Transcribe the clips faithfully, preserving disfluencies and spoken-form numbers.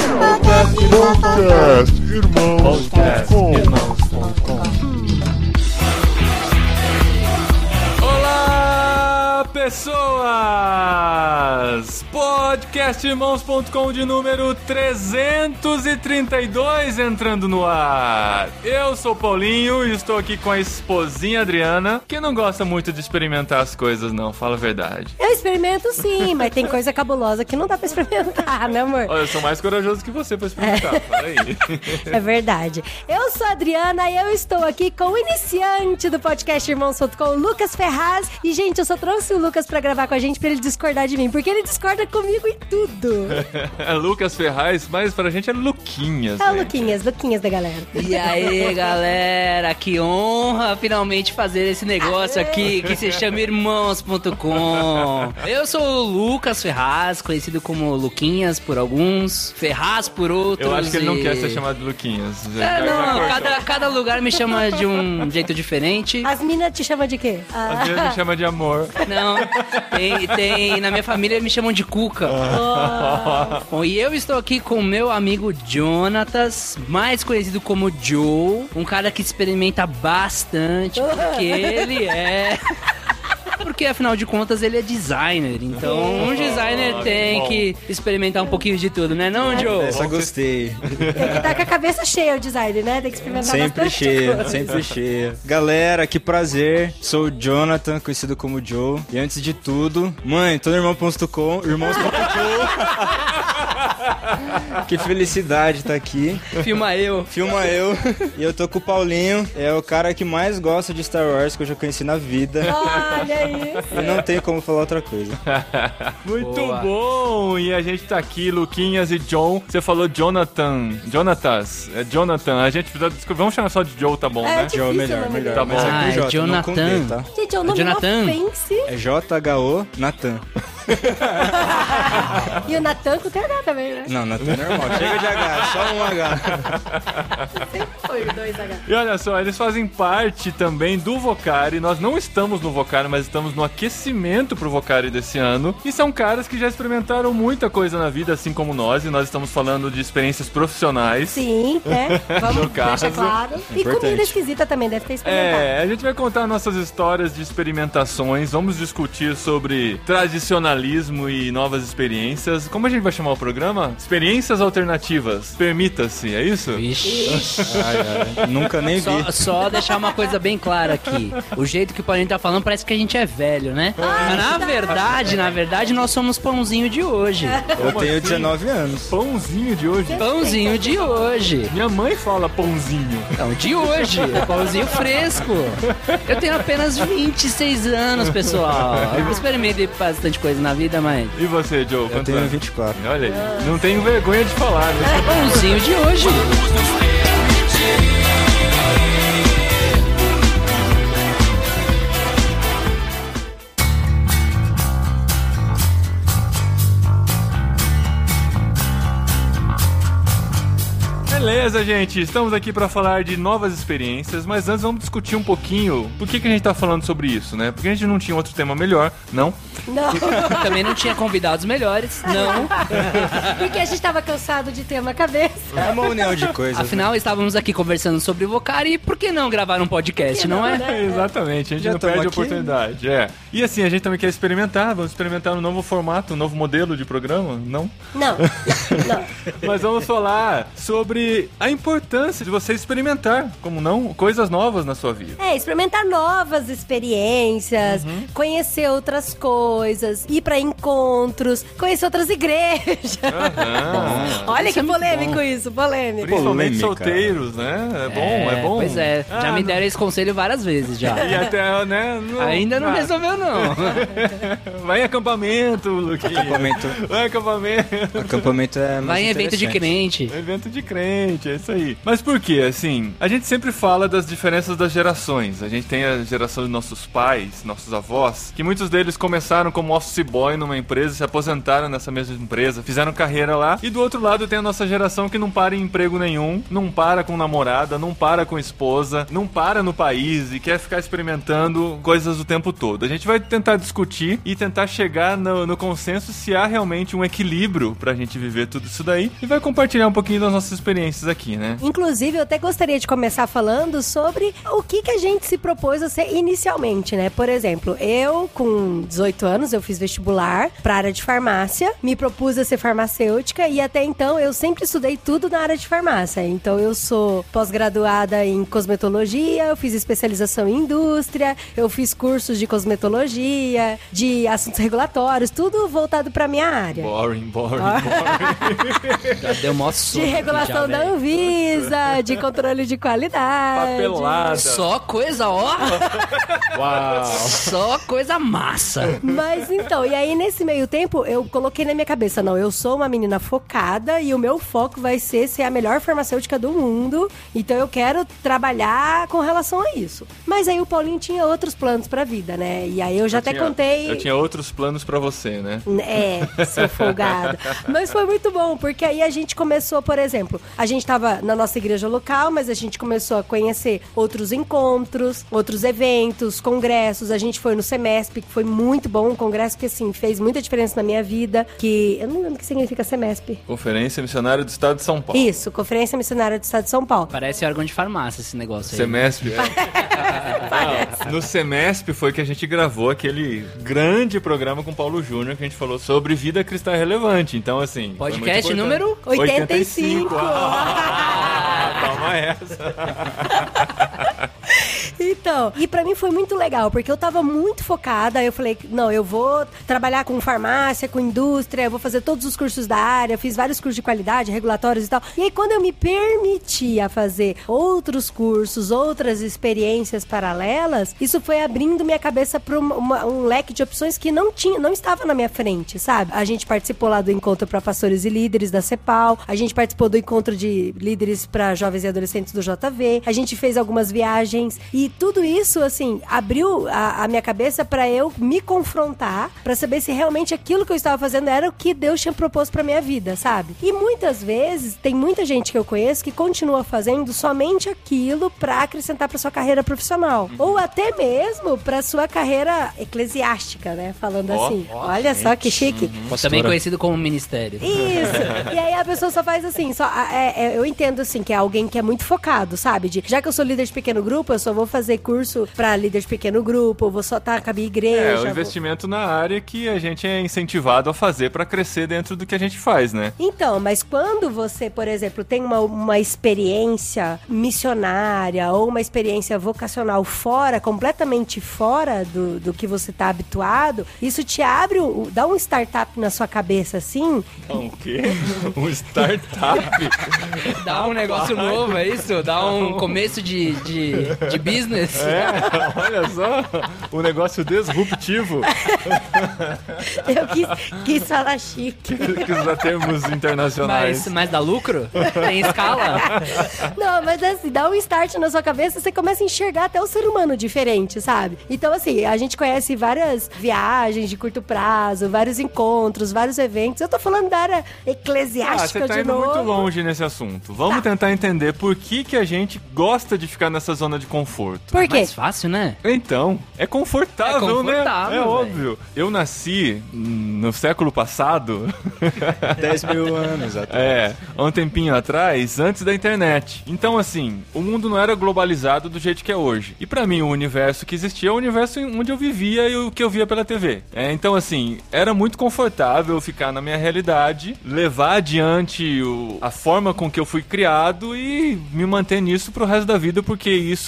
Podcast Irmãos ponto com. Olá, pessoas! Podcast Irmãos ponto com de número trezentos e trinta e dois entrando no ar. Eu sou o Paulinho e estou aqui com a esposinha Adriana, que não gosta muito de experimentar as coisas, não, fala a verdade. Eu experimento sim, mas tem coisa cabulosa que não dá pra experimentar, né, amor? Olha, eu sou mais corajoso que você pra experimentar, é. Fala aí. É verdade. Eu sou a Adriana e eu estou aqui com o iniciante do podcast Irmãos ponto com, Lucas Ferraz. E, gente, eu só trouxe o Lucas pra gravar com a gente pra ele discordar de mim, porque ele discorda comigo em tudo. É Lucas Ferraz, mas pra gente é Luquinhas. É o gente. Luquinhas, Luquinhas da galera. E aí, galera, que honra finalmente fazer esse negócio aqui que se chama Irmãos ponto com. Eu sou o Lucas Ferraz, conhecido como Luquinhas por alguns, Ferraz por outros. Eu acho que ele e... não quer ser chamado de Luquinhas. É, não, cada, cada lugar me chama de um jeito diferente. As minas te chamam de quê? Às vezes me chama de amor. Não, tem, tem, na minha família me chamam de Cuca. Oh. Bom, e eu estou aqui com o meu amigo Jonatas, mais conhecido como Joe, um cara que experimenta bastante, porque ele é... Porque, afinal de contas, ele é designer. Então, um designer Oh, tem que experimentar um pouquinho de tudo, né não, Joe? Essa gostei. Tem que estar com a cabeça cheia o designer, né? Tem que experimentar Sempre bastante cheia, coisa. sempre cheia. Galera, que prazer. Sou o Jonathan, conhecido como Joe. E antes de tudo, mãe, tô no irmão ponto com, irmãos ponto com. Que felicidade tá aqui. Filma eu. Filma eu. E eu tô com o Paulinho. É o cara que mais gosta de Star Wars que eu já conheci na vida. Olha isso. E não tenho como falar outra coisa. Muito Boa. bom! E a gente tá aqui, Luquinhas e John. Você falou Jonathan. Jonatas. É Jonathan. A gente precisa descobrir. Vamos chamar só de Joe, tá bom, É, né? difícil, Joe, melhor, né, melhor. Tá Mas bom. é com Ah, é J, não com D, Jonathan. tá? Gente, é um nome Jonathan? ofensivo. É J H O Natan. E o Natan com T H também, né? Não, Natan é normal. Chega de H, só um H. Sempre foi o dois H. E olha só, eles fazem parte também do Vocari. Nós não estamos no Vocari, mas estamos no aquecimento pro Vocari desse ano. E são caras que já experimentaram muita coisa na vida, assim como nós. E nós estamos falando de experiências profissionais. Sim, né? Vamos No deixar caso. claro. E Importante. comida esquisita também deve ter experimentado. É, a gente vai contar nossas histórias de experimentações, vamos discutir sobre tradicionalismo e novas experiências. Como a gente vai chamar o programa? Experiências alternativas. Permita-se, é isso? Vixe. Ai, ai, nunca nem vi. Só, só deixar uma coisa bem clara aqui. O jeito que o Paulinho tá falando parece que a gente é velho, né? Mas na verdade, na verdade, nós somos pãozinho de hoje. Eu tenho dezenove anos. Pãozinho de hoje. Pãozinho de hoje. Minha mãe fala pãozinho. Não, de hoje. Pãozinho fresco. Eu tenho apenas vinte e seis anos, pessoal. Eu experimentei bastante coisa na vida, mas... E você, Joe? Eu Quantos tenho anos? vinte e quatro. Olha aí, não tenho vergonha de falar, né? Pãozinho de hoje. Beleza, gente, estamos aqui para falar de novas experiências, mas antes vamos discutir um pouquinho por que, que a gente tá falando sobre isso, né? Porque a gente não tinha outro tema melhor, não? Não, Também não tinha convidados melhores, não. porque a gente tava cansado de ter uma cabeça. É uma união de coisas. Afinal, estávamos aqui conversando sobre o Vocari e por que não gravar um podcast, não é? É, exatamente, a gente Já não tamo perde a aqui. oportunidade, é. E assim, a gente também quer experimentar, vamos experimentar um novo formato, um novo modelo de programa, não? Não, não. Mas vamos falar sobre a importância de você experimentar, como não, coisas novas na sua vida. É, experimentar novas experiências, Uhum. conhecer outras coisas, ir pra encontros, conhecer outras igrejas. Aham. Olha Isso que é muito polêmico bom. isso, polêmico. Principalmente Polêmica. solteiros, né? É bom, é, bom. Pois é, já Ah, me não- deram esse conselho várias vezes já. E até, né? não- Ainda não ah, resolveu, não. Vai em acampamento, Luquinha. Acampamento. Vai em acampamento. Acampamento é mais Vai em evento de interessante. crente. Evento de crente. Exatamente, é isso aí. Mas por quê? Assim, a gente sempre fala das diferenças das gerações. A gente tem a geração de nossos pais, nossos avós, que muitos deles começaram como office boy numa empresa, se aposentaram nessa mesma empresa, fizeram carreira lá. E do outro lado tem a nossa geração que não para em emprego nenhum, não para com namorada, não para com esposa, não para no país e quer ficar experimentando coisas o tempo todo. A gente vai tentar discutir e tentar chegar no, no consenso se há realmente um equilíbrio pra gente viver tudo isso daí e vai compartilhar um pouquinho das nossas experiências aqui, né? Inclusive, eu até gostaria de começar falando sobre o que, que a gente se propôs a ser inicialmente, né? Por exemplo, eu, com dezoito anos, eu fiz vestibular pra área de farmácia, me propus a ser farmacêutica e até então eu sempre estudei tudo na área de farmácia. Então, eu sou pós-graduada em cosmetologia, eu fiz especialização em indústria, eu fiz cursos de cosmetologia, de assuntos regulatórios, tudo voltado pra minha área. Boring, boring, boring. Já deu mó soco. De regulação já, da velho. Anvisa, de controle de qualidade. Papelada. Só coisa, ó. Uau! Só coisa massa. Mas então, e aí nesse meio tempo eu coloquei na minha cabeça, não, eu sou uma menina focada e o meu foco vai ser ser a melhor farmacêutica do mundo, então eu quero trabalhar com relação a isso. Mas aí o Paulinho tinha outros planos pra vida, né? E aí eu já Eu até tinha- contei... Eu tinha outros planos pra você, né? É, seu folgado. Mas foi muito bom, porque aí a gente começou, por exemplo, a gente tava na nossa igreja local, mas a gente começou a conhecer outros encontros, outros eventos, congressos. A gente foi no Semesp, que foi muito bom, um congresso que, assim, fez muita diferença na minha vida, que... Eu não lembro o que significa Semesp. Conferência Missionária do Estado de São Paulo. Isso, Conferência Missionária do Estado de São Paulo. Parece órgão de farmácia esse negócio aí. Semesp, é. Não, no Semesp foi que a gente gravou aquele grande programa com o Paulo Júnior que a gente falou sobre vida cristã relevante. Então, assim. foi muito Podcast importante. número? oitenta e cinco. Ah, toma essa. Então, e pra mim foi muito legal, porque eu tava muito focada, eu falei, não, eu vou trabalhar com farmácia, com indústria, eu vou fazer todos os cursos da área, eu fiz vários cursos de qualidade, regulatórios e tal. E aí, quando eu me permitia fazer outros cursos, outras experiências paralelas, isso foi abrindo minha cabeça pra uma, uma, um leque de opções que não tinha, não estava na minha frente, sabe? A gente participou lá do encontro pra pastores e líderes da CEPAL, a gente participou do encontro de líderes pra jovens e adolescentes do J V, a gente fez algumas viagens e tudo isso, assim, abriu a, a minha cabeça pra eu me confrontar, pra saber se realmente aquilo que eu estava fazendo era o que Deus tinha proposto pra minha vida, sabe? E muitas vezes, tem muita gente que eu conheço que continua fazendo somente aquilo pra acrescentar pra sua carreira profissional. Ou até mesmo pra sua carreira eclesiástica, né? Falando Ó, assim. ó, Olha só que chique. Também conhecido como ministério. Isso. E aí a pessoa só faz assim, só, é, é, eu entendo assim, que é alguém que é muito focado, sabe? De, já que eu sou líder de pequeno grupo, eu só vou fazer curso pra líder de pequeno grupo, eu vou só estar com a minha igreja. É, o vou- investimento na área que a gente é incentivado a fazer pra crescer dentro do que a gente faz, né? Então, mas quando você, por exemplo, tem uma, uma experiência missionária ou uma experiência vocacional fora, completamente fora do, do que você tá habituado, isso te abre, um- dá um startup na sua cabeça, assim. Então, o quê? Um startup? Dá um negócio novo, é isso? Dá um começo de, de, de business. É, olha só, um negócio disruptivo, Eu quis, quis falar chique. que usar termos internacionais. Mas, mas dá lucro? Tem escala? Não, mas assim, dá um start na sua cabeça, você começa a enxergar até o ser humano diferente, sabe? Então, assim, a gente conhece várias viagens de curto prazo, vários encontros, vários eventos. Eu tô falando da área Ah, eclesiástica você tá de indo novo. muito longe nesse assunto. Vamos tentar entender por que, que a gente gosta de ficar nessa zona de conforto. Por quê? Mais fácil, né? Então, é confortável, É confortável, né? É velho. óbvio. Eu nasci hum, no século passado, dez mil anos atrás. é, há um tempinho atrás, antes da internet. Então, assim, o mundo não era globalizado do jeito que é hoje. E pra mim, o universo que existia é o universo onde eu vivia e o que eu via pela T V. É, então, assim, era muito confortável ficar na minha realidade, levar adiante o- a forma com que eu fui criado e me manter nisso pro resto da vida, porque isso me trazia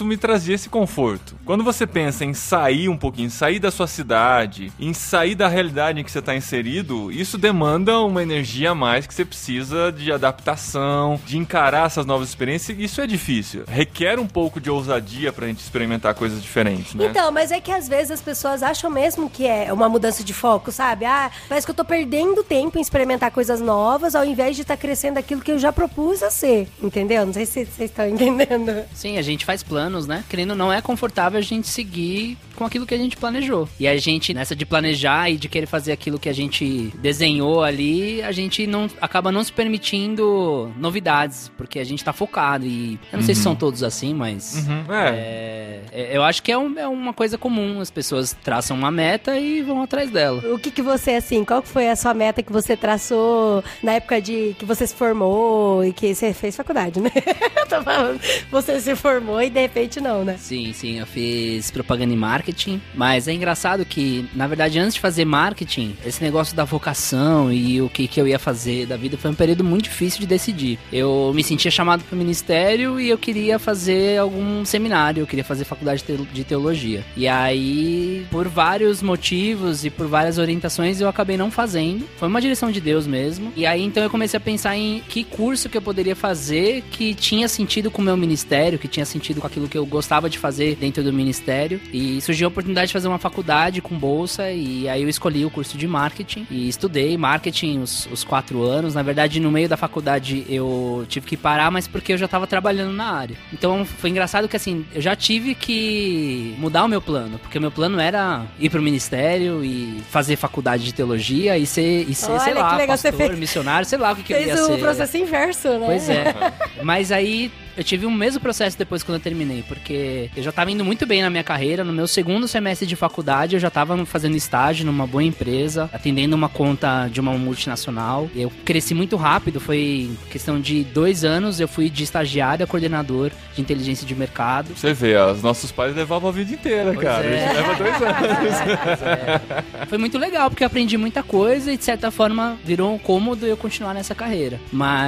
exige esse conforto. Quando você pensa em sair um pouquinho, sair da sua cidade, em sair da realidade em que você está inserido, isso demanda uma energia a mais que você precisa de adaptação, de encarar essas novas experiências. Isso é difícil. Requer um pouco de ousadia pra gente experimentar coisas diferentes, né? Então, mas é que às vezes as pessoas acham mesmo que é uma mudança de foco, sabe? Ah, parece que eu tô perdendo tempo em experimentar coisas novas ao invés de estar tá crescendo aquilo que eu já propus a ser, entendeu? Não sei se vocês estão entendendo. Sim, a gente faz planos, né? Querendo, não é confortável a gente seguir com aquilo que a gente planejou. E a gente, nessa de planejar e de querer fazer aquilo que a gente desenhou ali, a gente não acaba não se permitindo novidades, porque a gente tá focado e... Eu não uhum. sei se são todos assim, mas... Uhum. É. É, eu acho que é, um, é uma coisa comum. As pessoas traçam uma meta e vão atrás dela. O que que você, assim, qual foi a sua meta que você traçou na época de que você se formou e que você fez faculdade, né? Eu tô falando, você se formou e de repente não, né? Sim, sim, eu fiz propaganda e marketing, mas é engraçado que, na verdade, antes de fazer marketing, esse negócio da vocação e o que, que eu ia fazer da vida foi um período muito difícil de decidir. Eu me sentia chamado pro ministério e eu queria fazer algum seminário, eu queria fazer faculdade de teologia. E aí, por vários motivos e por várias orientações, eu acabei não fazendo. Foi uma direção de Deus mesmo. E aí, então, eu comecei a pensar em que curso que eu poderia fazer que tinha sentido com o meu ministério, que tinha sentido com aquilo que eu gostava de fazer dentro do ministério. E surgiu a oportunidade de fazer uma faculdade com bolsa, e aí eu escolhi o curso de marketing e estudei marketing os, os quatro anos. Na verdade, no meio da faculdade eu tive que parar, mas porque eu já estava trabalhando na área. Então, foi engraçado que, assim, eu já tive que mudar o meu plano, porque o meu plano era ir pro ministério e fazer faculdade de teologia e ser, e ser Olha, sei lá, pastor, fez... missionário, sei lá o que, que eu ia ser. Fez ser. o processo inverso, né? Pois é. Mas aí eu tive o mesmo processo depois quando eu terminei, porque eu já tava indo muito bem na minha carreira. No meu segundo semestre de faculdade, eu já tava fazendo estágio numa boa empresa, atendendo uma conta de uma multinacional. Eu cresci muito rápido, foi questão de dois anos, eu fui de estagiário a coordenador de inteligência de mercado. Você vê, os nossos pais levavam a vida inteira, pois cara. É. A gente leva dois anos. É, é. Foi muito legal, porque eu aprendi muita coisa e, de certa forma, virou um cômodo eu continuar nessa carreira.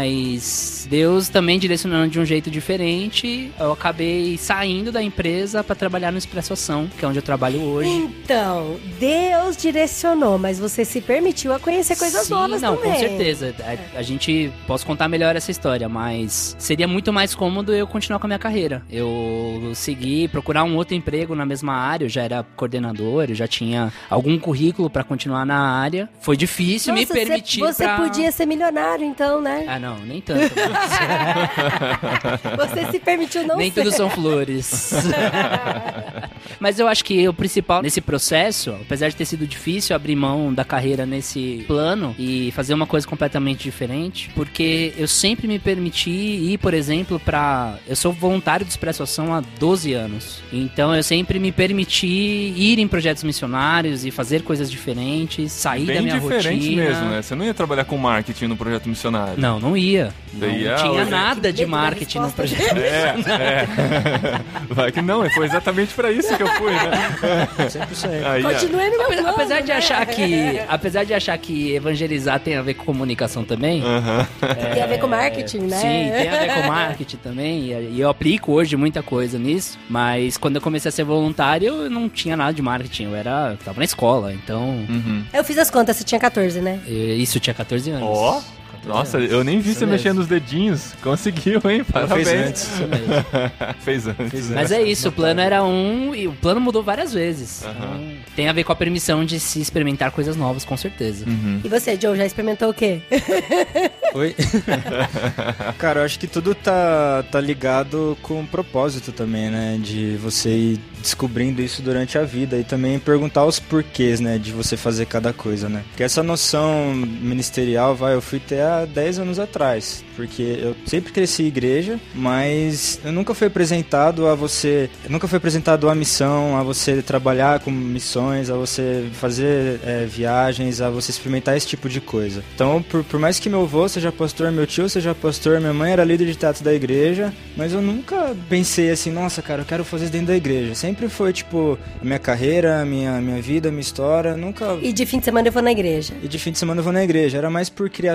Mas Deus também direcionando de um jeito diferente, eu acabei saindo da empresa para trabalhar no Expresso Ação, que é onde eu trabalho hoje. Então, Deus direcionou, mas você se permitiu a conhecer coisas Sim, novas não, também. com certeza. A, a gente, posso contar melhor essa história, mas seria muito mais cômodo eu continuar com a minha carreira. Eu segui, procurar um outro emprego na mesma área, eu já era coordenador, eu já tinha algum currículo para continuar na área. Foi difícil Nossa, me permitir Você pra... podia ser milionário, então, né? Ah, não, nem tanto. Mas... Você se permitiu não nem ser. Nem tudo são flores. Mas eu acho que o principal nesse processo, apesar de ter sido difícil abrir mão da carreira nesse plano e fazer uma coisa completamente diferente, porque eu sempre me permiti ir, por exemplo, pra... Eu sou voluntário do Expresso Ação há doze anos. Então eu sempre me permiti ir em projetos missionários e fazer coisas diferentes, sair Bem da minha rotina. Bem diferente mesmo, né? Você não ia trabalhar com marketing no projeto missionário. Não, não ia. Não ia, tinha olha... nada de marketing no projeto. É, é. Vai que não, foi exatamente pra isso que eu fui, né? cem por cento. Aí, Continue no meu Apesar, plano, apesar de né? achar que, apesar de achar que evangelizar tem a ver com comunicação também. Uhum. É, tem a ver com marketing, né? Sim, tem a ver com marketing também. E eu aplico hoje muita coisa nisso. Mas quando eu comecei a ser voluntário, eu não tinha nada de marketing. Eu era, eu tava na escola, então. Uhum. Eu fiz as contas, você tinha catorze, né? Isso, eu tinha catorze anos. Ó. Oh. Nossa, eu nem vi isso você mesmo. mexendo nos dedinhos. Conseguiu, hein? Parabéns. Fez antes. Isso mesmo. Fez antes. Fez Mas é isso, o plano era um e o plano mudou várias vezes. Uhum. Então, tem a ver com a permissão de se experimentar coisas novas, com certeza. Uhum. E você, Joe, já experimentou o quê? Oi? Cara, eu acho que tudo tá, tá ligado com o propósito também, né? De você ir descobrindo isso durante a vida e também perguntar os porquês, né? De você fazer cada coisa, né? Porque essa noção ministerial, vai, eu fui ter há dez anos atrás. Porque eu sempre cresci em igreja, mas eu nunca fui apresentado a você... Nunca fui apresentado a missão, a você trabalhar com missões, a você fazer é, viagens, a você experimentar esse tipo de coisa. Então, por, por mais que meu avô seja pastor, meu tio seja pastor, minha mãe era líder de teatro da igreja, mas eu nunca pensei assim, nossa, cara, eu quero fazer isso dentro da igreja. Sempre foi, tipo, a minha carreira, a minha, minha vida, a minha história, nunca... E de fim de semana eu vou na igreja. E de fim de semana eu vou na igreja. Era mais por criação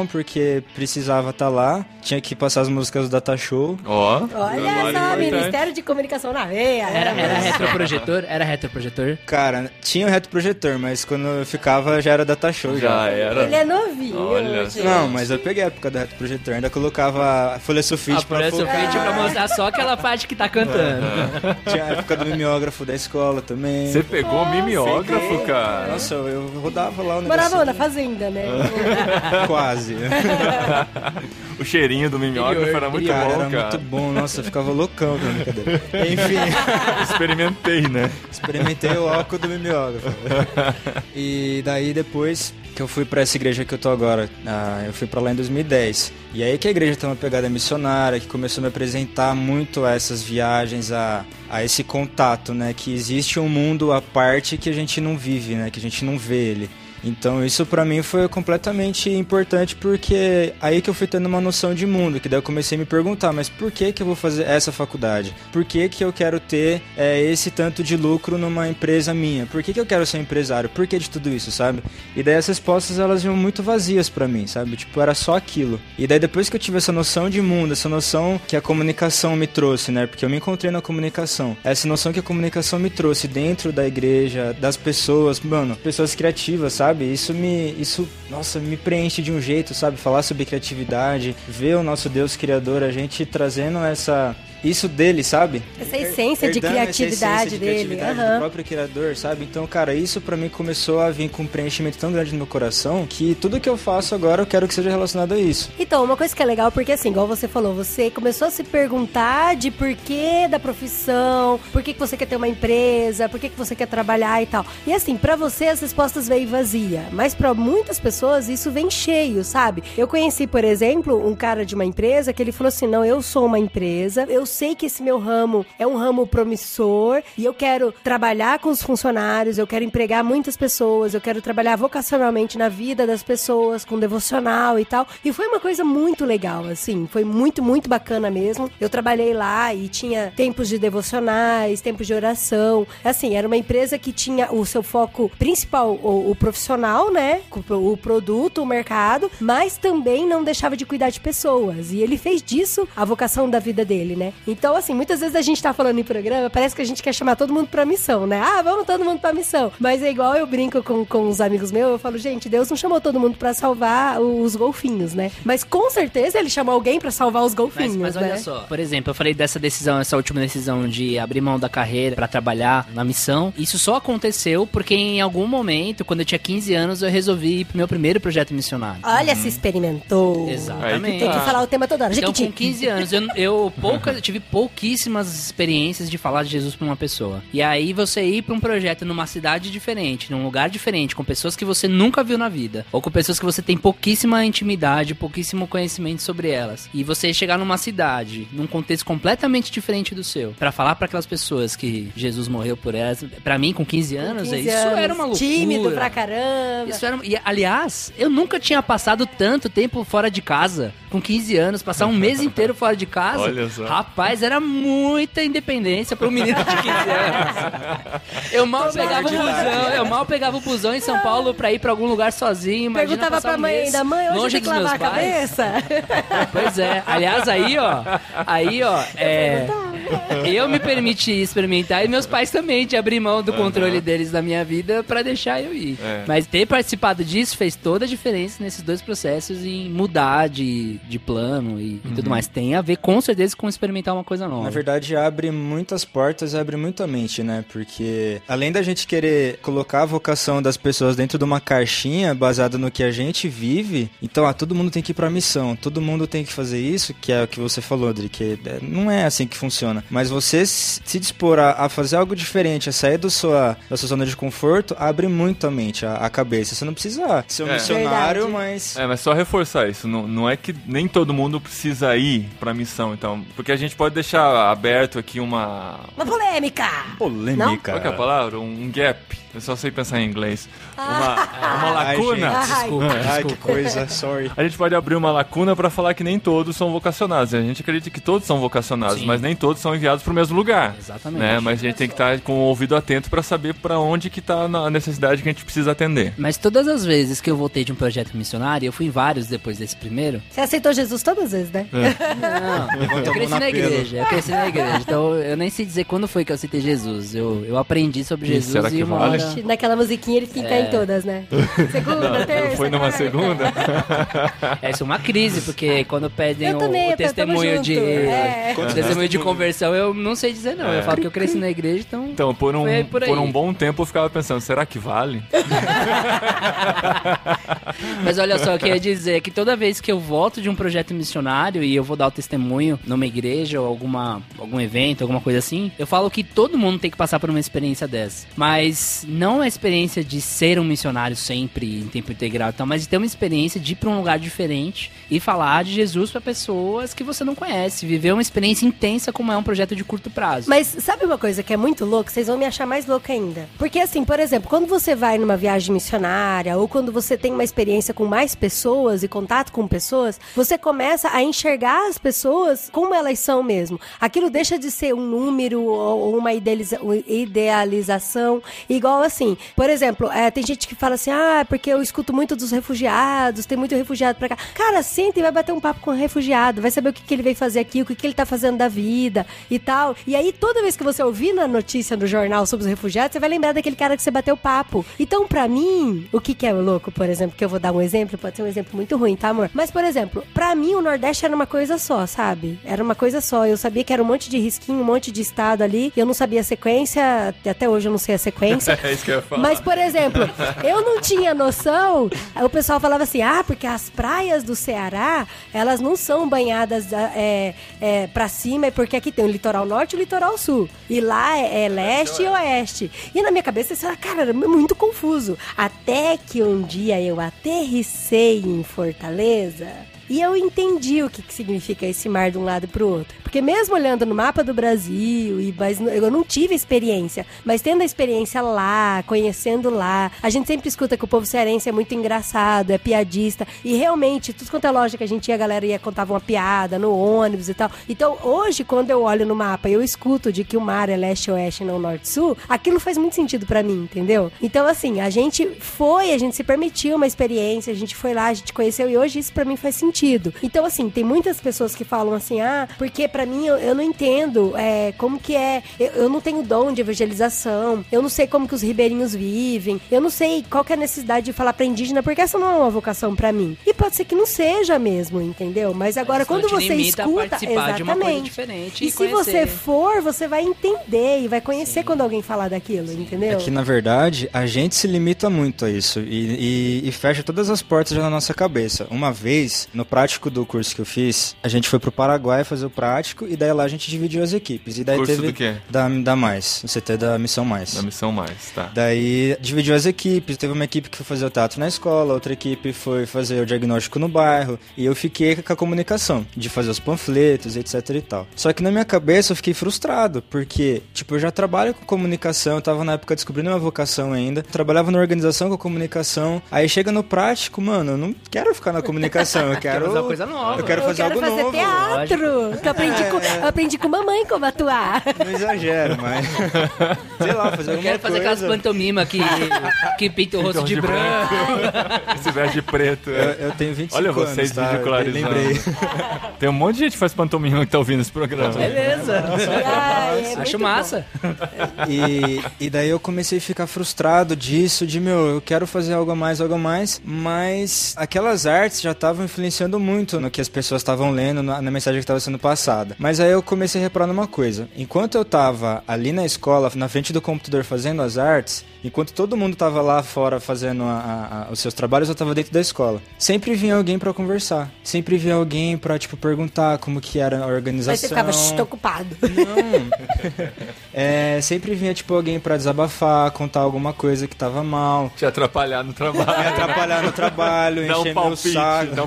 porque precisava estar lá, tinha que passar as músicas do Data Show. Ó. Olha só, Ministério de Comunicação na veia. Era, era retroprojetor? Era retroprojetor? Cara, tinha o retroprojetor, mas quando eu ficava já era Data Show. Já, Já era. Ele é novinho. Olha gente. Não, mas eu peguei a época do retroprojetor, ainda colocava a folha sulfite A folha pra sulfite pra mostrar só aquela parte que tá cantando. Tinha a época do mimeógrafo da escola também. Você pegou o mimeógrafo, peguei. cara? Nossa, eu, eu rodava lá o negócio. Morava na fazenda, né? Quase. O cheirinho do mimeógrafo era muito cara, bom, era cara. muito bom. Nossa, eu ficava loucão com a brincadeira. Enfim, Experimentei, né? experimentei o álcool do mimeógrafo. E daí depois que eu fui pra essa igreja que eu tô agora, ah, eu fui pra lá em dois mil e dez. E aí que a igreja tem uma pegada missionária, que começou a me apresentar muito a essas viagens, a, a esse contato, né? Que existe um mundo à parte que a gente não vive, né? Que a gente não vê ele. Então isso pra mim foi completamente importante, porque aí que eu fui tendo uma noção de mundo, que daí eu comecei a me perguntar, mas por que que eu vou fazer essa faculdade? Por que que eu quero ter é, esse tanto de lucro numa empresa minha? Por que que eu quero ser empresário? Por que de tudo isso, sabe? E daí as respostas, elas iam muito vazias pra mim, sabe? Tipo, era só aquilo. E daí depois que eu tive essa noção de mundo, essa noção que a comunicação me trouxe, né? Porque eu me encontrei na comunicação. Essa noção que a comunicação me trouxe dentro da igreja, das pessoas, mano, pessoas criativas, sabe? Isso me, isso, nossa, me preenche de um jeito, sabe? Falar sobre criatividade, ver o nosso Deus criador, a gente trazendo essa, isso dele, sabe? Essa essência de Herdando criatividade essa essência de dele. criatividade Aham. do próprio criador, sabe? Então, cara, isso pra mim começou a vir com um preenchimento tão grande no meu coração que tudo que eu faço agora eu quero que seja relacionado a isso. Então, uma coisa que é legal, porque assim, igual você falou, você começou a se perguntar de porquê da profissão, por que que você quer ter uma empresa, por que que você quer trabalhar e tal. E assim, pra você as respostas veem vazia, mas pra muitas pessoas isso vem cheio, sabe? Eu conheci, por exemplo, um cara de uma empresa que ele falou assim, não, eu sou uma empresa, eu sei que esse meu ramo é um ramo promissor e eu quero trabalhar com os funcionários, eu quero empregar muitas pessoas, eu quero trabalhar vocacionalmente na vida das pessoas, com devocional e tal. E foi uma coisa muito legal, assim, foi muito, muito bacana mesmo. Eu trabalhei lá e tinha tempos de devocionais, tempos de oração. Assim, era uma empresa que tinha o seu foco principal, o, o profissional, né? O, o produto, o mercado, mas também não deixava de cuidar de pessoas. E ele fez disso a vocação da vida dele, né? Então, assim, muitas vezes a gente tá falando em programa, parece que a gente quer chamar todo mundo pra missão, né? Ah, vamos todo mundo pra missão. Mas é igual eu brinco com, com os amigos meus, eu falo, gente, Deus não chamou todo mundo pra salvar os golfinhos, né? Mas com certeza ele chamou alguém pra salvar os golfinhos, Mas, mas olha né? só, por exemplo, eu falei dessa decisão, essa última decisão de abrir mão da carreira pra trabalhar na missão. Isso só aconteceu porque em algum momento, quando eu tinha quinze anos, eu resolvi ir pro meu primeiro projeto missionário. Olha, se experimentou. Exatamente. Tem que falar o tema toda hora. Então, Jequiti. com quinze anos, eu, eu pouca, tive pouquíssimas experiências de falar de Jesus pra uma pessoa. E aí, você ir pra um projeto numa cidade diferente, num lugar diferente, com pessoas que você nunca viu na vida, ou com pessoas que você tem pouquíssima intimidade, pouquíssimo conhecimento sobre elas, e você chegar numa cidade, num contexto completamente diferente do seu, pra falar pra aquelas pessoas que Jesus morreu por elas, pra mim, com quinze anos, Com quinze isso anos, era uma loucura. Tímido pra caramba. Isso era, e, aliás, eu nunca tinha passado tanto tempo fora de casa, com quinze anos, passar um mês inteiro fora de casa. Olha só. Rapaz, era muita independência para um menino de quinze anos. Eu mal pegava o busão, eu mal pegava o busão em São Paulo pra ir pra algum lugar sozinho. Imagina Perguntava passar pra um mãe mês ainda, mãe, hoje longe tem que dos meus lavar a pais. cabeça? Pois é. Aliás, aí, ó, aí, ó, é, eu me permiti experimentar e meus pais também de abrir mão do controle deles da minha vida pra deixar eu ir. É. Mas ter participado disso fez toda a diferença nesses dois processos em mudar de, de plano e, e tudo mais. Tem a ver com certeza com experimentar uma coisa nova. Na verdade, abre muitas portas, abre muito a mente, né? Porque além da gente querer colocar a vocação das pessoas dentro de uma caixinha baseada no que a gente vive, então, ah, todo mundo tem que ir pra missão, todo mundo tem que fazer isso, que é o que você falou, Adri, que não é assim que funciona. Mas você se dispor a, a fazer algo diferente, a sair do sua, da sua zona de conforto, abre muito a mente, a, a cabeça. Você não precisa ser um É. missionário, Verdade. mas... É, mas só reforçar isso, não, não é que nem todo mundo precisa ir pra missão, então, porque a gente pode deixar aberto aqui uma... Uma polêmica. Polêmica. Qual que é a palavra? Um, um gap, eu só sei pensar em inglês. Uma, uma Ai, lacuna. gente, Ai. Desculpa, Ai, desculpa. que coisa, sorry. A gente pode abrir uma lacuna pra falar que nem todos são vocacionados. A gente acredita que todos são vocacionados, Sim. mas nem todos são enviados pro mesmo lugar. Exatamente. Né? Mas a gente tem que estar com o ouvido atento pra saber pra onde que tá a necessidade que a gente precisa atender. Mas todas as vezes que eu voltei de um projeto missionário, eu fui em vários depois desse primeiro. Você aceitou Jesus todas as vezes, né? Não, eu cresci na igreja, eu cresci na igreja. Então eu nem sei dizer quando foi que eu aceitei Jesus. Eu, eu aprendi sobre E Jesus será que e uma vale? hora... Naquela musiquinha ele fica É. em todas, né? Segunda, terça, Foi numa quarta. segunda? Essa é uma crise, porque quando pedem Eu o, também, o eu tamo testemunho junto. de É. o testemunho de conversão, eu não sei dizer não. Eu falo que eu cresci na igreja, então... Então, por um, Foi por aí. por um bom tempo eu ficava pensando, será que vale? Mas olha só, eu queria dizer que toda vez que eu volto de um projeto missionário e eu vou dar o testemunho numa igreja ou alguma, algum evento, alguma coisa assim, eu falo que todo mundo tem que passar por uma experiência dessa. Mas não a experiência de ser um missionário sempre em tempo integral e tal, mas de ter uma experiência de ir pra um lugar diferente e falar de Jesus pra pessoas que você não conhece, viver uma experiência intensa como é um projeto de curto prazo. Mas sabe uma coisa que é muito louca? Vocês vão me achar mais louca ainda. Porque assim, por exemplo, quando você vai numa viagem missionária ou quando você tem uma experiência com mais pessoas e contato com pessoas, você começa a enxergar as pessoas como elas são mesmo. Aquilo deixa de ser um número ou uma idealiza- idealização. Igual assim, por exemplo, é, tem gente que fala assim, ah, porque eu escuto muito dos refugiados, tem muito refugiado pra cá. Cara, senta e vai bater um papo com um refugiado, vai saber o que, que ele veio fazer aqui, o que, que ele tá fazendo da vida e tal. E aí, toda vez que você ouvir na notícia no jornal sobre os refugiados, você vai lembrar daquele cara que você bateu papo. Então, pra mim, o que que é louco, por exemplo, que eu vou dar um exemplo, pode ser um exemplo muito ruim, tá, amor? Mas, por exemplo, pra mim o Nordeste era uma coisa só, sabe? Era uma coisa só. Eu sabia que era um monte de risquinho, um monte de estado ali. Eu não sabia a sequência, até hoje eu não sei a sequência. É isso que eu ia falar. Mas, por exemplo, eu não tinha noção, o pessoal falava assim, ah, porque as praias do Ceará, elas não são banhadas é, é, pra cima, é porque aqui tem o litoral norte e o litoral sul. E lá é, é leste e oeste. E na minha cabeça, isso era, cara, era muito confuso. Até que um dia eu aterrissei em Fortaleza... E eu entendi o que, que significa esse mar de um lado pro outro. Porque mesmo olhando no mapa do Brasil, e, mas eu não tive experiência, mas tendo a experiência lá, conhecendo lá, a gente sempre escuta que o povo cearense é muito engraçado, é piadista, e realmente, tudo quanto é loja que a gente ia, a galera ia contava uma piada no ônibus e tal. Então, hoje, quando eu olho no mapa e eu escuto de que o mar é leste-oeste e não norte-sul, aquilo faz muito sentido pra mim, entendeu? Então, assim, a gente foi, a gente se permitiu uma experiência, a gente foi lá, a gente conheceu, e hoje isso pra mim faz sentido. Então, assim, tem muitas pessoas que falam assim, ah, porque pra mim eu, eu não entendo é, como que é, eu, eu não tenho dom de evangelização, eu não sei como que os ribeirinhos vivem, eu não sei qual que é a necessidade de falar pra indígena, porque essa não é uma vocação pra mim. E pode ser que não seja mesmo, entendeu? Mas agora, Isso quando não te você limita a escuta, participar de uma coisa exatamente. diferente E e se conhecer. você for, você vai entender e vai conhecer quando alguém falar daquilo, entendeu? É que, na verdade, a gente se limita muito a isso e, e, e fecha todas as portas já na nossa cabeça. Uma vez, no prático do curso que eu fiz, a gente foi pro Paraguai fazer o prático e daí lá a gente dividiu as equipes. E daí Curso teve do quê? Da, da Mais, o C T da Missão Mais. Da Missão Mais, tá. Daí dividiu as equipes, teve uma equipe que foi fazer o teatro na escola, outra equipe foi fazer o diagnóstico no bairro, e eu fiquei com a comunicação, de fazer os panfletos, etc e tal. Só que na minha cabeça eu fiquei frustrado, porque, tipo, eu já trabalho com comunicação, eu tava na época descobrindo uma vocação ainda, trabalhava na organização com comunicação, aí chega no prático, mano, eu não quero ficar na comunicação, eu quero... Quero fazer uma coisa nova. Eu quero fazer eu quero algo fazer novo. teatro, que eu aprendi, com, eu aprendi com mamãe como atuar. Não exagero, mas... Sei lá, fazer Eu alguma quero fazer coisa. aquelas pantomimas que, que pintam o rosto de, de branco. Esse veste de preto. Eu, eu tenho vinte e cinco Olha anos, vocês tá? ridicularizando. Lembrei. Tem um monte de gente que faz pantomima que tá ouvindo esse programa. Beleza. Ai, é muito Acho bom. massa. E, e daí eu comecei a ficar frustrado disso, de, meu, eu quero fazer algo a mais, algo a mais, mas aquelas artes já estavam influenciando muito no que as pessoas estavam lendo, na, na mensagem que estava sendo passada. Mas aí eu comecei a reparar numa coisa. Enquanto eu tava ali na escola, na frente do computador fazendo as artes, enquanto todo mundo tava lá fora fazendo a, a, a, os seus trabalhos, eu tava dentro da escola. Sempre vinha alguém pra conversar. Sempre vinha alguém pra, tipo, perguntar como que era a organização. Mas você ficava, "Shh, tô ocupado." Não. É, sempre vinha, tipo, alguém pra desabafar, contar alguma coisa que tava mal. Te atrapalhar no trabalho. Me atrapalhar no trabalho, Dá um encher meu palpite, saco. dá um palpite na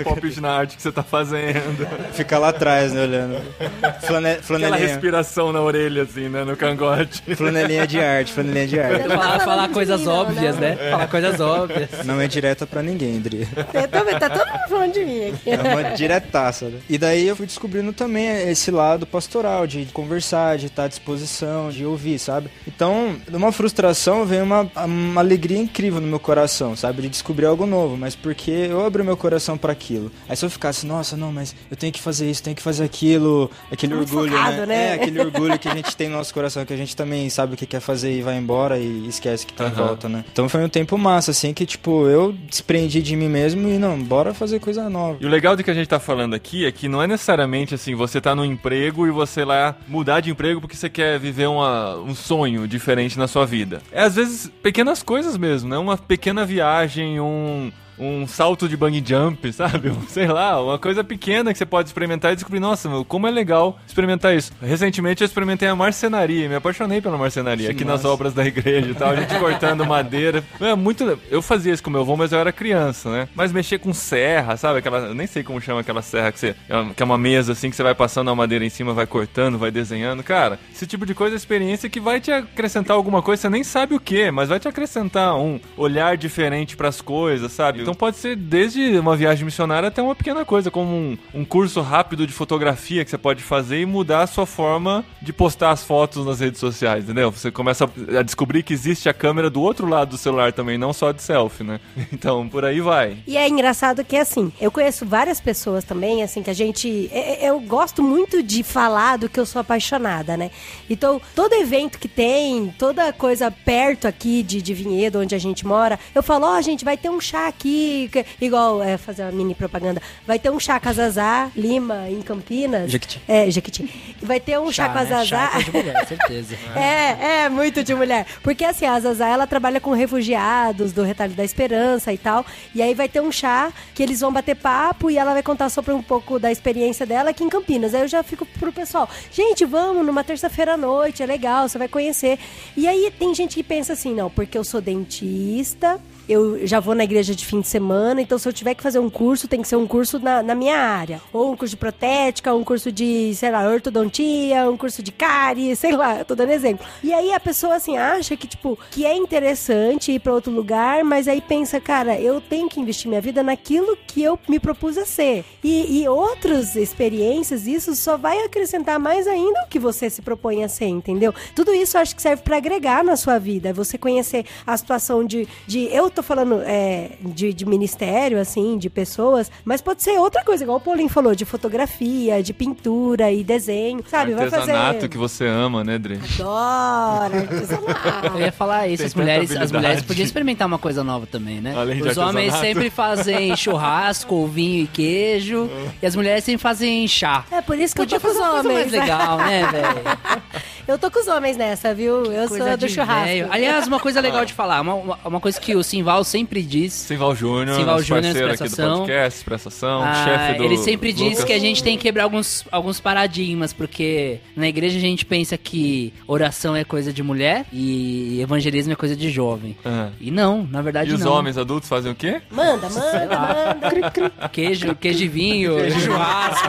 na arte que você tá fazendo. Fica lá atrás, né, olhando. Flane... Aquela Flanelinha. respiração na orelha, assim, né, no cangote. Flanelinha de arte, flanelinha de arte. Não tá Falar, falando falar de coisas mim, não, óbvias, não. né? Falar coisas óbvias. Não é direta pra ninguém, Dri. Eu tô, tá todo mundo falando de mim aqui. É uma diretaça, né? E daí eu fui descobrindo também esse lado pastoral, de conversar, de estar à disposição, de ouvir, sabe? Então, de uma frustração veio uma, uma alegria incrível no meu coração, sabe? De descobrir algo novo, mas porque eu abri meu coração pra aquilo. Aí se eu ficasse, nossa, não, mas eu tenho que fazer isso, tenho que fazer aquilo, aquele Muito orgulho, focado, né? né? É, aquele orgulho que a gente tem no nosso coração, que a gente também sabe o que quer fazer e vai embora e esquece que tá em Aham. volta, né? Então foi um tempo massa, assim, que tipo, eu desprendi de mim mesmo e não, bora fazer coisa nova. E o legal do que a gente tá falando aqui é que não é necessariamente assim, você tá num emprego e você lá mudar de emprego porque você quer viver uma, um sonho diferente na sua vida. É às vezes pequenas coisas mesmo, né? Uma pequena viagem, um... um salto de bungee jump, sabe? Sei lá, uma coisa pequena que você pode experimentar e descobrir, nossa, meu, como é legal experimentar isso. Recentemente eu experimentei a marcenaria, me apaixonei pela marcenaria, Que aqui massa. nas obras da igreja e tal, a gente cortando madeira. É muito... Eu fazia isso com meu avô, mas eu era criança, né? Mas mexer com serra, sabe? Aquela... Eu nem sei como chama aquela serra que você... que é uma mesa assim, que você vai passando a madeira em cima, vai cortando, vai desenhando. Cara, esse tipo de coisa é experiência que vai te acrescentar alguma coisa, você nem sabe o que, mas vai te acrescentar um olhar diferente pras coisas, sabe? Então pode ser desde uma viagem missionária até uma pequena coisa, como um, um curso rápido de fotografia que você pode fazer e mudar a sua forma de postar as fotos nas redes sociais, entendeu? Você começa a descobrir que existe a câmera do outro lado do celular também, não só de selfie, né? Então, por aí vai. E é engraçado que, assim, eu conheço várias pessoas também, assim, que a gente... Eu gosto muito de falar do que eu sou apaixonada, né? Então, todo evento que tem, toda coisa perto aqui de, de Vinhedo, onde a gente mora, eu falo, ó, oh, gente, vai ter um chá aqui, que- igual, é, fazer uma mini propaganda, vai ter um chá com a Zazá, Lima, em Campinas. Jequiti. É, Jequiti. Vai ter um chá, com a né? Zazá. Chá é coisa de mulher, certeza. É, é, muito de mulher. Porque assim, a Zazá, ela trabalha com refugiados do Retalho da Esperança e tal. E aí vai ter um chá que eles vão bater papo e ela vai contar sobre um pouco da experiência dela aqui em Campinas. Aí eu já fico pro pessoal, gente, vamos numa terça-feira à noite, é legal, você vai conhecer. E aí tem gente que pensa assim, não, porque eu sou dentista... Eu já vou na igreja de fim de semana, então se eu tiver que fazer um curso, tem que ser um curso na, na minha área. Ou um curso de protética, um curso de, sei lá, ortodontia, um curso de cárie, sei lá, eu tô dando exemplo. E aí a pessoa, assim, acha que, tipo, que é interessante ir pra outro lugar, mas aí pensa, cara, eu tenho que investir minha vida naquilo que eu me propus a ser. E, e outras experiências, isso só vai acrescentar mais ainda o que você se propõe a ser, entendeu? Tudo isso eu acho que serve pra agregar na sua vida. Você conhecer a situação de, de eu tô falando é, de, de ministério, assim, de pessoas, mas pode ser outra coisa, igual o Paulinho falou, de fotografia, de pintura e desenho, sabe? Vai Artesanato fazer... que você ama, né, Dri? Adoro artesanato. Eu ia falar isso, Tem as mulheres, tanta as mulheres habilidade. podiam experimentar uma coisa nova também, né? Além de Os homens artesanato. sempre fazem churrasco, vinho e queijo, e as mulheres sempre fazem chá. É por isso que Podia eu tô com os fazer uma coisa homens. mais legal, né, velho? Eu tô com os homens nessa, viu? Eu Coisa sou do de churrasco. velho. Aliás, uma coisa legal de falar, uma, uma, uma coisa que o Simval sempre diz. Simval Júnior, Simval nosso Júnior, parceiro aqui do Expressação. podcast, Expressação, Ah, chefe do ele sempre diz Lucas. que a gente tem que quebrar alguns, alguns paradigmas, porque na igreja a gente pensa que oração é coisa de mulher e evangelismo é coisa de jovem. Ah. E não, na verdade E os não. homens adultos fazem o quê? Manda, manda, manda. Queijo, queijo de vinho, churrasco.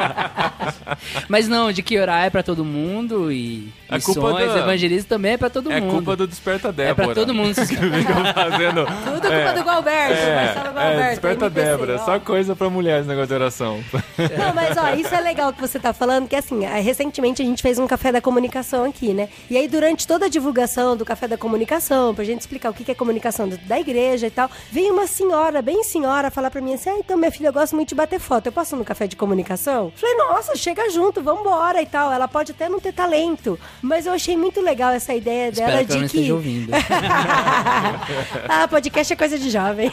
Mas não, de que orar é pra todo mundo e A culpa missões, da- evangelismo também é pra todo É mundo. culpa do Desperta É Débora. pra todo mundo. Que ficam fazendo... Tudo culpa do Gualberto, Marcelo É, Gualberto. é, Desperta M P C, Débora. ó. Só coisa pra mulheres, negócio de oração. Não, mas ó, isso é legal que você tá falando, que assim, eh, recentemente a gente fez um café da comunicação aqui, né? E aí durante toda a divulgação do café da comunicação, pra gente explicar o que que é comunicação do- da igreja e tal, veio uma senhora, bem senhora, falar pra mim assim, ah, então minha filha, eu gosto muito de bater foto, eu posso ir no café de comunicação? Falei, nossa, chega junto, vambora e tal. Ela pode até não ter talento, mas eu achei muito legal essa ideia dela Espero que ela não de que... esteja ouvindo. Ah, podcast é coisa de jovem.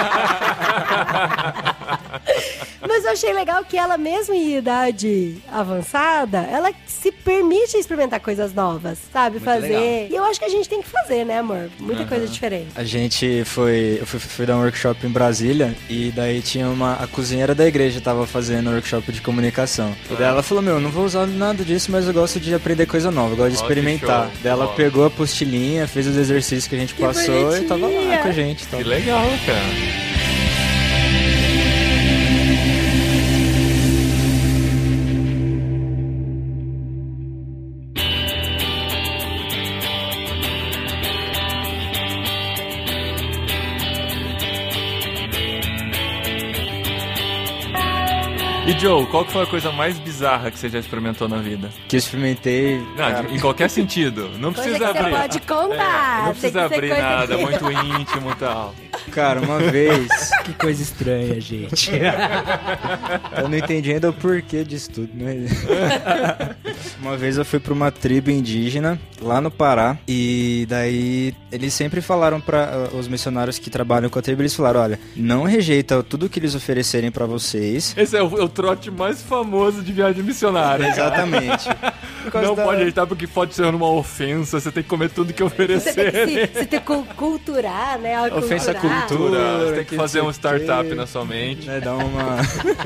Mas eu achei legal que ela, mesmo em idade avançada, ela se permite experimentar coisas novas, sabe? fazer. legal. E eu acho que a gente tem que fazer, né, amor? Muita coisa diferente. A gente foi, eu fui, fui dar um workshop em Brasília e daí tinha uma, a cozinheira da igreja tava fazendo um workshop de comunicação. E daí ela falou, meu, não vou usar nada disso, mas eu gosto de aprender coisa nova, eu gosto de Ó, que experimentar. show. Daí ela Ó. pegou a apostilinha, fez os exercícios que a gente Que passou e tava lá bonitinha. com a gente. Que Tava. legal, cara. E Joe, qual que foi a coisa mais bizarra que você já experimentou na vida? Que eu experimentei... Não, cara, em qualquer sentido. Não Coisa precisa que abrir. você pode contar. É, não Tem precisa que ser abrir coisa nada, que- muito íntimo e tal. cara, uma vez... Que coisa estranha, gente. Eu não entendi ainda o porquê disso tudo, mas... Uma vez eu fui pra uma tribo indígena, lá no Pará, e daí eles sempre falaram pra uh, os missionários que trabalham com a tribo, eles falaram, olha, não rejeita tudo que eles oferecerem pra vocês. Esse é o, é o trote mais famoso de viagem missionária. Exatamente. Por causa Não da- pode rejeitar porque pode ser uma ofensa, você tem que comer tudo que Você tem que oferecer. se, você tem que cu- culturar, né? Ofensa à Culturar. cultura. Você tem que que fazer não um sei o startup quê. na sua mente. Né, dar uma...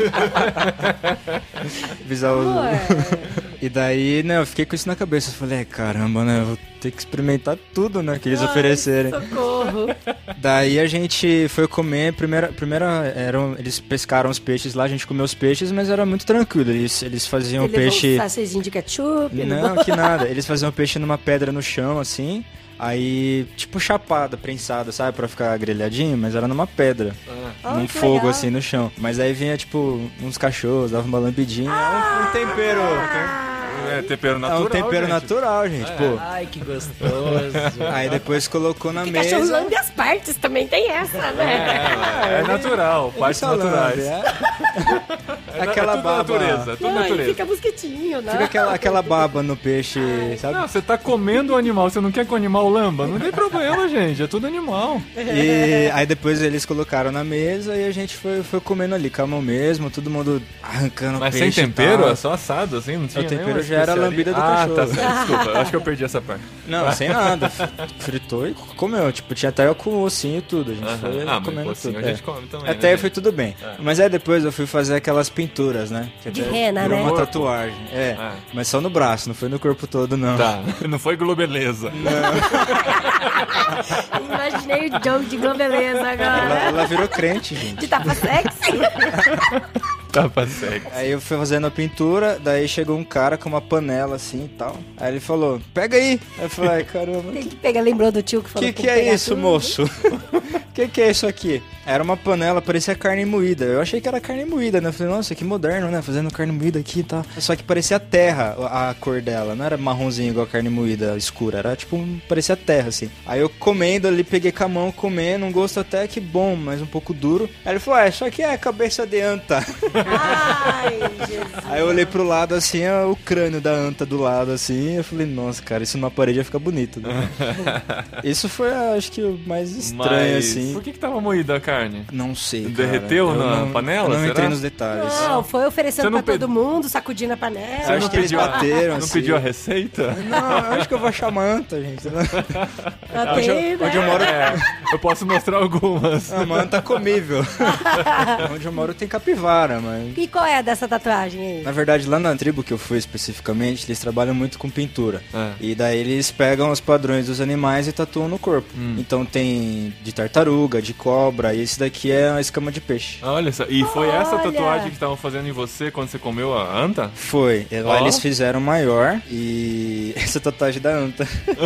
Visar o... Amor. E daí, né, eu fiquei com isso na cabeça. Eu falei, é, caramba, né, eu vou ter que experimentar tudo, né, que eles oferecerem. Socorro. Daí a gente foi comer, primeira, primeira eram, eles pescaram os peixes lá, a gente comeu os peixes, mas era muito tranquilo, eles, eles faziam Ele peixe... levou um sachêzinho de ketchup. ele Não, que nada, eles faziam peixe numa pedra no chão, assim, aí, tipo chapada, prensada, sabe, pra ficar grelhadinho, mas era numa pedra, Ah, num que fogo, legal. assim, no chão. Mas aí vinha, tipo, uns cachorros, dava uma lambidinha, um, um tempero... É tempero É natural. um tempero gente. natural, gente, pô. Ai, que gostoso. Aí depois colocou na Que cachorro mesa. lambe as partes também tem essa, né? É, é natural, partes só lambe, naturais. é. É Aquela tudo baba. natureza, tudo Não, e natureza. fica mosquitinho, né? Fica aquela, aquela baba no peixe, sabe? Não, você tá comendo o animal, você não quer que o animal lamba? Não tem problema, gente, é tudo animal. E aí depois eles colocaram na mesa e a gente foi, foi comendo ali, com a mão mesmo, todo mundo arrancando Mas peixe sem e tempero? tal. É só assado, assim? Não tinha O tempero nenhuma já era a especiaria? lambida do ah, cachorro. tá certo, desculpa, eu acho que eu perdi essa parte. Não, sem nada. Fritou e comeu. Tipo, tinha até com o ossinho e tudo. A gente Aham. foi Ah, mas comendo assim, tudo. a gente é. come também, Até né, foi tudo bem. Mas aí depois eu fui fazer aquelas pinturas, né? Que De até rena, virou né? uma Corpo. tatuagem. É, Ah. mas só no braço, não foi no corpo todo, não. Tá, não foi globeleza. Imaginei o Joe de globeleza Ela, agora. ela virou crente, gente. De tapa sexy. Tapa sexy. Aí eu fui fazendo a pintura, daí chegou um cara com uma panela assim e tal. Aí ele falou, pega aí. Aí eu falei, ai caramba, Tem que pegar, lembrou do tio que o falou que, tem que é pegar isso, tudo. moço? O que, que é isso aqui? Era uma panela, parecia carne moída. Eu achei que era carne moída, né? Eu falei, nossa, que moderno, né? Fazendo carne moída aqui e tal. Só que parecia terra a a cor dela. Não era marronzinho igual a carne moída escura. Era tipo, um, parecia terra, assim. Aí eu comendo ali, peguei com a mão, comendo. Um gosto até que bom, mas um pouco duro. Aí ele falou, ah, isso aqui é cabeça de anta. Ai, Jesus. Aí eu olhei pro lado assim, ó, o crânio da anta do lado assim, eu falei, nossa, cara, isso numa parede ia ficar bonito, né? Isso foi, acho que, o mais estranho, Mas assim. por que que tava moída a carne? Não sei, cara. Derreteu Eu na não- panela, Eu não será? entrei nos detalhes. Não, foi oferecendo Você não pra pe- todo mundo, sacudindo a panela. Você acho não que eles pediu, a- bateram, não assim. pediu a receita? Não, eu acho que eu vou achar uma anta, gente. Ela Onde eu, tem, né? onde eu moro, É, eu posso mostrar algumas. é uma anta comível. Onde eu moro tem capivara, mas... E qual é a dessa tatuagem aí? Na verdade, lá na tribo que eu fui especificamente, eles trabalham muito com pintura. É. E daí eles pegam os padrões dos animais e tatuam no corpo. Hum. Então tem de tartaruga, de cobra, e esse daqui é uma escama de peixe. Olha só, e foi essa Olha. tatuagem que estavam fazendo em você quando você comeu a anta? Foi. Lá Ó. eles fizeram maior e essa tatuagem da anta.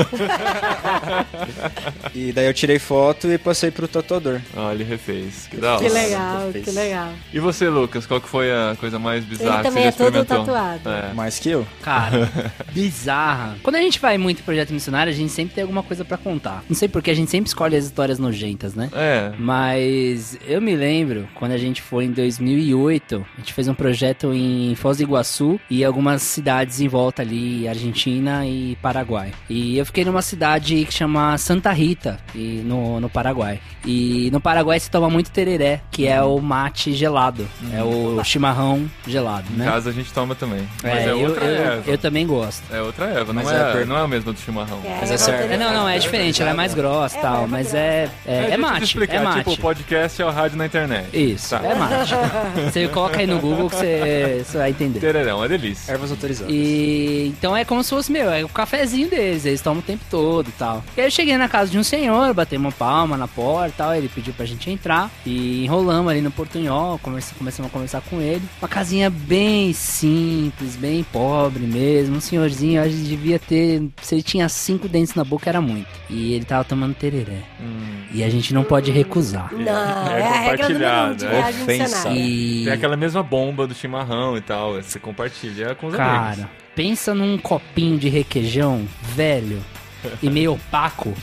E daí eu tirei foto e passei pro tatuador. Ah, ele refez. Que da hora. Que legal, fez. que legal. E você, Lucas, qual que foi a coisa mais bizarra Ele que também você é já todo experimentou? tatuado. É. Mais que eu? Cara, bizarra. Quando a gente vai muito em projeto missionário, a gente sempre tem alguma coisa pra contar. Não sei porque a gente sempre escolhe as histórias nojentas, né? É. Mas eu me lembro, quando a gente foi em dois mil e oito, a gente fez um projeto em Foz do Iguaçu e algumas cidades em volta ali, Argentina e Paraguai. E eu fiquei numa cidade que chama Santa Rita, e no, no Paraguai. E no Paraguai se toma muito tereré, que é o mate gelado. É o chimarrão gelado, Em né? casa a gente toma também. Mas É, é, eu, outra eu, erva. eu também gosto. É outra erva, não Mas é, é per- não é a mesma do chimarrão. Mas é igual certo. É, telefone. não, não, é diferente, ela é mais grossa e É, tal, mais mas grossa. é, é, é deixa eu te mate, explicar, é mate. Tipo, o podcast é o rádio na internet. Isso, Tá. é mate. Você coloca aí no Google que você, você vai entender. Tererão, é delícia. Ervas autorizadas. E então é como se fosse, meu, é o cafezinho deles, eles tomam o tempo todo e tal. E aí eu cheguei na casa de um senhor, batei uma palma na porta e tal, ele pediu pra gente entrar e enrolamos ali no portunhol, conversa, começamos a conversar com ele. Uma casinha bem simples, bem pobre mesmo, um senhorzinho, acho que devia ter, se ele tinha cinco dentes na boca era muito. E ele tava tomando tereré. Hum. E a gente não pode recusar. Não, É é, a regra número um compartilhado, de é. viagem Ofensa. missionária. E, Tem aquela mesma bomba do chimarrão e tal. Você compartilha com os amigos. cara, pensa num copinho de requeijão velho e meio opaco.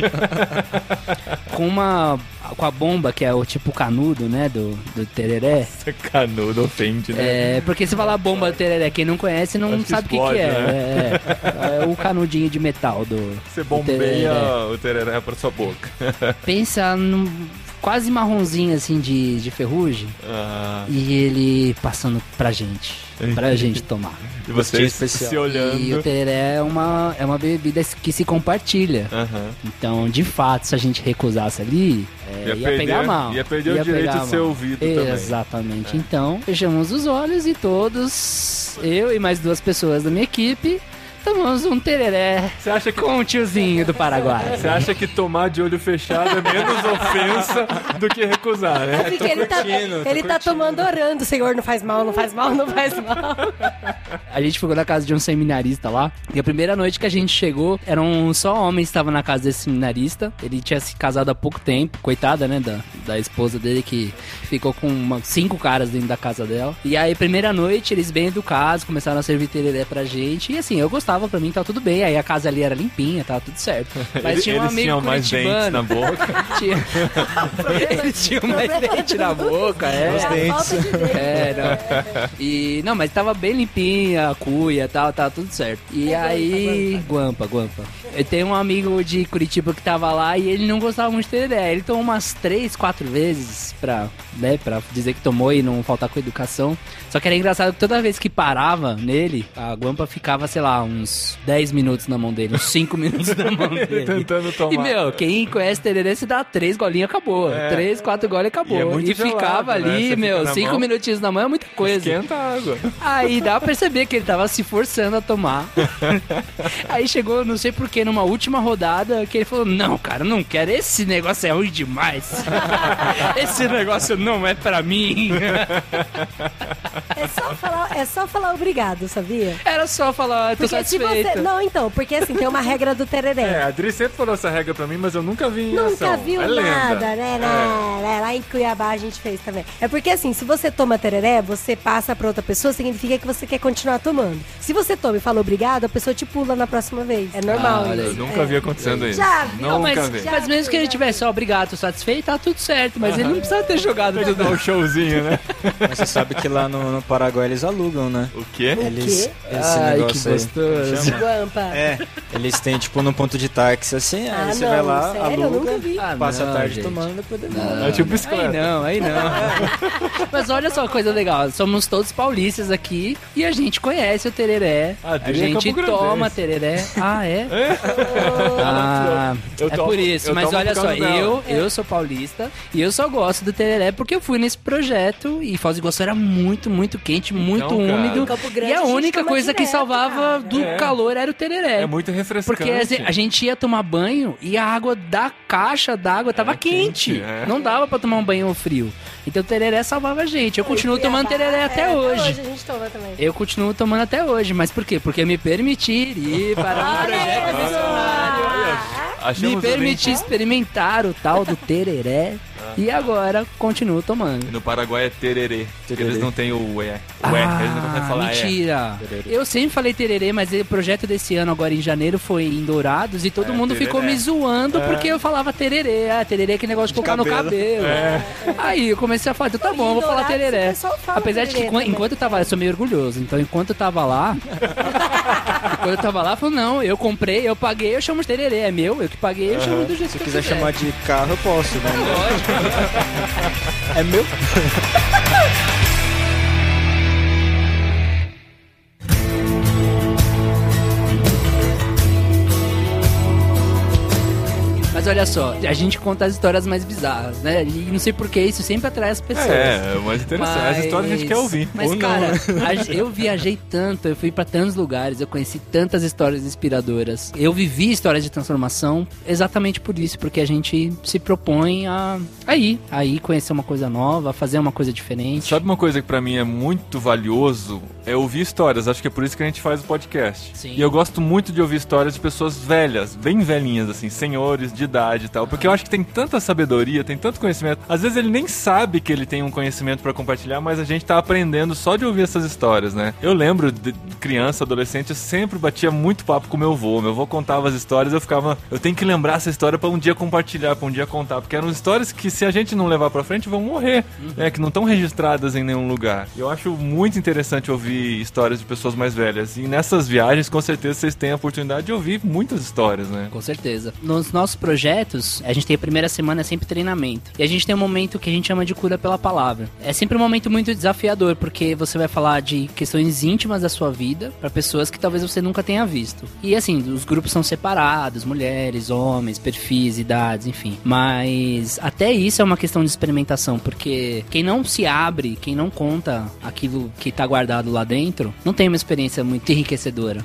com uma... Com a bomba, que é o tipo canudo, né, do, do tereré. Essa canudo ofende, né? É, porque se falar bomba do tereré, quem não conhece não Acho que sabe o que, explode, que é. né? é. É o canudinho de metal do... Você do bombeia tereré. o tereré pra sua boca. Pensa num quase marronzinho assim de, de ferrugem Ah, e ele passando pra gente, pra gente tomar. e vocês especial. se E o olhando. tereré é uma, é uma bebida que se compartilha. Aham. Então, de fato, se a gente recusasse ali, é, Ia ia, perder- pegar mal. ia perder o direito pegar de ser mal. ouvido também. Exatamente. Então, fechamos os olhos e todos, eu e mais duas pessoas da minha equipe, tomamos um tereré Você acha que com o tiozinho do Paraguai. Você acha que tomar de olho fechado é menos ofensa do que recusar, né? Porque ele tá, curtindo, tô ele tá curtindo. tomando orando, Senhor, não faz mal, não faz mal, não faz mal. A gente ficou na casa de um seminarista lá. E a primeira noite que a gente chegou, eram só homens que estavam na casa desse seminarista. Ele tinha se casado há pouco tempo. Coitada, né? Da, da esposa dele que ficou com uma, cinco caras dentro da casa dela. E aí, primeira noite, eles bem educados, começaram a servir tereré pra gente. E assim, eu gostava, pra mim tava tudo bem. Aí a casa ali era limpinha, tava tudo certo. Mas Eles, tinha um eles amigo tinham mais dentes curitibano. na boca. Tinha... Eles tinham mais dente na boca, é. Os dentes. Falta de dente. É, não. E, não, mas tava bem limpinha, a cuia e tal, tava tudo certo. E É aí... Guampa, Guampa. Eu tenho um amigo de Curitiba que tava lá e ele não gostava muito de tereré. Ele tomou umas três, quatro vezes pra, né, pra dizer que tomou e não faltar com educação. Só que era engraçado que toda vez que parava nele, a Guampa ficava, sei lá, uns dez minutos na mão dele, uns cinco minutos na mão dele. Tentando tomar. E, meu, quem conhece tereré, se dá três golinhas, acabou. É. Três, quatro goles, acabou. E é muito gelado, ficava né? ali, Você meu, fica na cinco mão. minutinhos na mão é muita coisa. Esquenta a água. Aí dá pra perceber que ele tava se forçando a tomar. Aí chegou, não sei porquê, numa última rodada, que ele falou, não, cara, não quero, esse negócio é ruim demais. Esse negócio não é pra mim. É só falar, é só falar obrigado, sabia? Era só falar, tô Porque se satisfeita. você... Não, então, porque assim, tem uma regra do tereré. É, a Adri sempre falou essa regra pra mim, mas eu nunca vi em Nunca ação. viu é lenda. nada, né? Lá, lá, lá em Cuiabá a gente fez também. É porque assim, se você toma tereré, você passa pra outra pessoa, significa que você quer continuar tomando. Se você toma e fala obrigado, a pessoa te pula na próxima vez. É normal Ah, olha isso. aí. Eu nunca é. vi acontecendo isso. Já viu? Nunca mas, vi. já- mas mesmo que ele tivesse, ó, obrigado, tô satisfeito, tá tudo certo. Mas ele não precisa ter jogado Tem que tudo. dar um showzinho, né? Mas você sabe que lá no, no Paraguai eles alugam, né? O quê? Eles, esse Ai, que negócio aí. gostoso. Chama? Guampa. É, eles têm tipo no ponto de táxi assim, Ah, aí você não, vai lá, sério? Eu aluga, nunca vi. Ah, passa não, a tarde gente. tomando e depois devolve. Não, É tipo Aí bicicleta. não, aí não. Mas olha só, coisa legal. Somos todos paulistas aqui e a gente conhece o tereré. A A Adri é gente Campo toma Grandense. tereré. Ah, é? Ah, Eu é tomo- por isso. eu Mas tomo olha por só, causa dela. eu, eu sou paulista e eu só gosto do tereré porque eu fui nesse projeto e Foz do Iguaçu era muito, muito quente, muito Então, cara. úmido. Em Campo Grande E a a gente única toma coisa que direto, salvava cara. do É. calor era o tereré. É muito refrescante. Porque assim, a gente ia tomar banho e a água da caixa d'água tava Era quente, quente. é. Não dava pra tomar um banho frio. Então o tereré salvava a gente. Eu continuo Cuiabá, tomando tereré até é, hoje. Até hoje a gente toma também. Eu continuo tomando até hoje. Mas por quê? Porque me permitir ir para um projeto missionário. Achamos Me o permitir link. experimentar o tal do tereré. E agora continuo tomando. No Paraguai é tererê. Porque Tererê. eles não têm o é. O é, eles não conseguem Ah, falar mentira. Tererê. Eu sempre falei tererê, mas o projeto desse ano, agora em janeiro, foi em Dourados e todo É, mundo tereré. ficou me zoando porque eu falava tererê. Ah, tererê é aquele negócio de colocar no cabelo. Aí eu comecei a falar, então tá bom, eu vou falar Dourados, tereré. o pessoal fala Apesar de que tererê quan- também. enquanto eu tava, eu sou meio orgulhoso, então enquanto eu tava lá, enquanto eu tava lá, eu falei, não, eu comprei, eu paguei, eu chamo de tererê, é meu, eu que paguei, eu chamo do jeito Se que eu quiser chamar de carro, eu posso, né? É meu? Mas olha só, a gente conta as histórias mais bizarras, né? E não sei por que isso sempre atrai as pessoas. É, é mais interessante. Essa história a gente quer ouvir. Mas, Ou não, cara, né? a- eu viajei tanto, eu fui pra tantos lugares, eu conheci tantas histórias inspiradoras. Eu vivi histórias de transformação exatamente por isso, porque a gente se propõe a, a ir, a ir conhecer uma coisa nova, a fazer uma coisa diferente. Sabe uma coisa que pra mim é muito valioso? É ouvir histórias. Acho que é por isso que a gente faz o podcast. Sim. E eu gosto muito de ouvir histórias de pessoas velhas, bem velhinhas, assim, senhores de idade. curiosidade e tal, porque eu acho que tem tanta sabedoria, tem tanto conhecimento. Às vezes ele nem sabe que ele tem um conhecimento pra compartilhar, mas a gente tá aprendendo só de ouvir essas histórias, né? Eu lembro de criança, adolescente, eu sempre batia muito papo com meu avô. Meu avô contava as histórias, eu ficava, eu tenho que lembrar essa história pra um dia compartilhar, pra um dia contar, porque eram histórias que se a gente não levar pra frente vão morrer, uhum. né? Que não estão registradas em nenhum lugar. Eu acho muito interessante ouvir histórias de pessoas mais velhas. E nessas viagens, com certeza, vocês têm a oportunidade de ouvir muitas histórias, né? Com certeza. Nos nossos projetos, a gente tem a primeira semana é sempre treinamento. E a gente tem um momento que a gente chama de cura pela palavra. É sempre um momento muito desafiador, porque você vai falar de questões íntimas da sua vida para pessoas que talvez você nunca tenha visto. E assim, os grupos são separados, mulheres, homens, perfis, idades, enfim. Mas até isso é uma questão de experimentação, porque quem não se abre, quem não conta aquilo que tá guardado lá dentro, não tem uma experiência muito enriquecedora.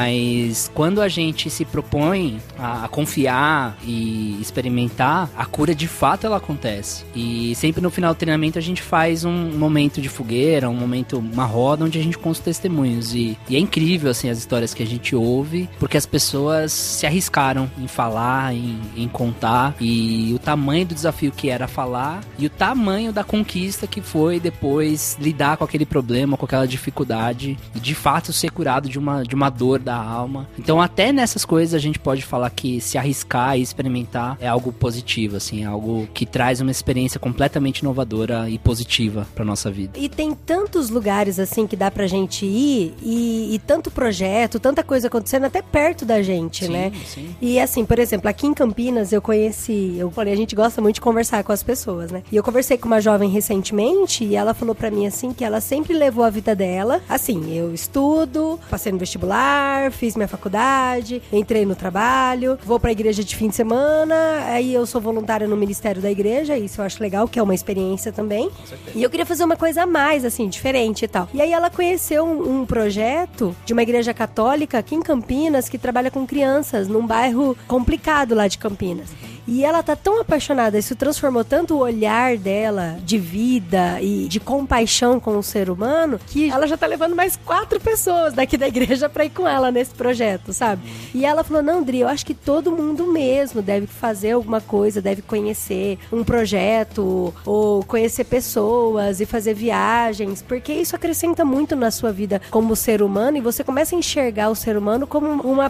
Mas quando a gente se propõe a, a confiar e experimentar, a cura de fato ela acontece. E sempre no final do treinamento a gente faz um momento de fogueira, um momento, uma roda onde a gente conta os testemunhos. E, e é incrível assim as histórias que a gente ouve, porque as pessoas se arriscaram em falar, em, em contar, e o tamanho do desafio que era falar e o tamanho da conquista que foi depois lidar com aquele problema, com aquela dificuldade e de fato ser curado de uma, de uma dor da alma. Então até nessas coisas a gente pode falar que se arriscar e experimentar é algo positivo, assim, é algo que traz uma experiência completamente inovadora e positiva pra nossa vida. E tem tantos lugares assim que dá pra gente ir e, e tanto projeto, tanta coisa acontecendo até perto da gente, sim, né? Sim. E assim, por exemplo, aqui em Campinas eu conheci, eu falei, a gente gosta muito de conversar com as pessoas, né? E eu conversei com uma jovem recentemente e ela falou pra mim assim que ela sempre levou a vida dela, assim, eu estudo, passei no vestibular, fiz minha faculdade, entrei no trabalho, vou pra igreja de fim de semana, aí eu sou voluntária no ministério da igreja, isso eu acho legal, que é uma experiência também. E eu queria fazer uma coisa a mais, assim, diferente e tal. E aí ela conheceu um, um projeto de uma igreja católica aqui em Campinas que trabalha com crianças num bairro complicado lá de Campinas. E ela tá tão apaixonada, isso transformou tanto o olhar dela de vida e de compaixão com o ser humano, que ela já tá levando mais quatro pessoas daqui da igreja pra ir com ela nesse projeto, sabe? E ela falou, não, Dri, eu acho que todo mundo mesmo deve fazer alguma coisa, deve conhecer um projeto, ou conhecer pessoas e fazer viagens, porque isso acrescenta muito na sua vida como ser humano, e você começa a enxergar o ser humano como uma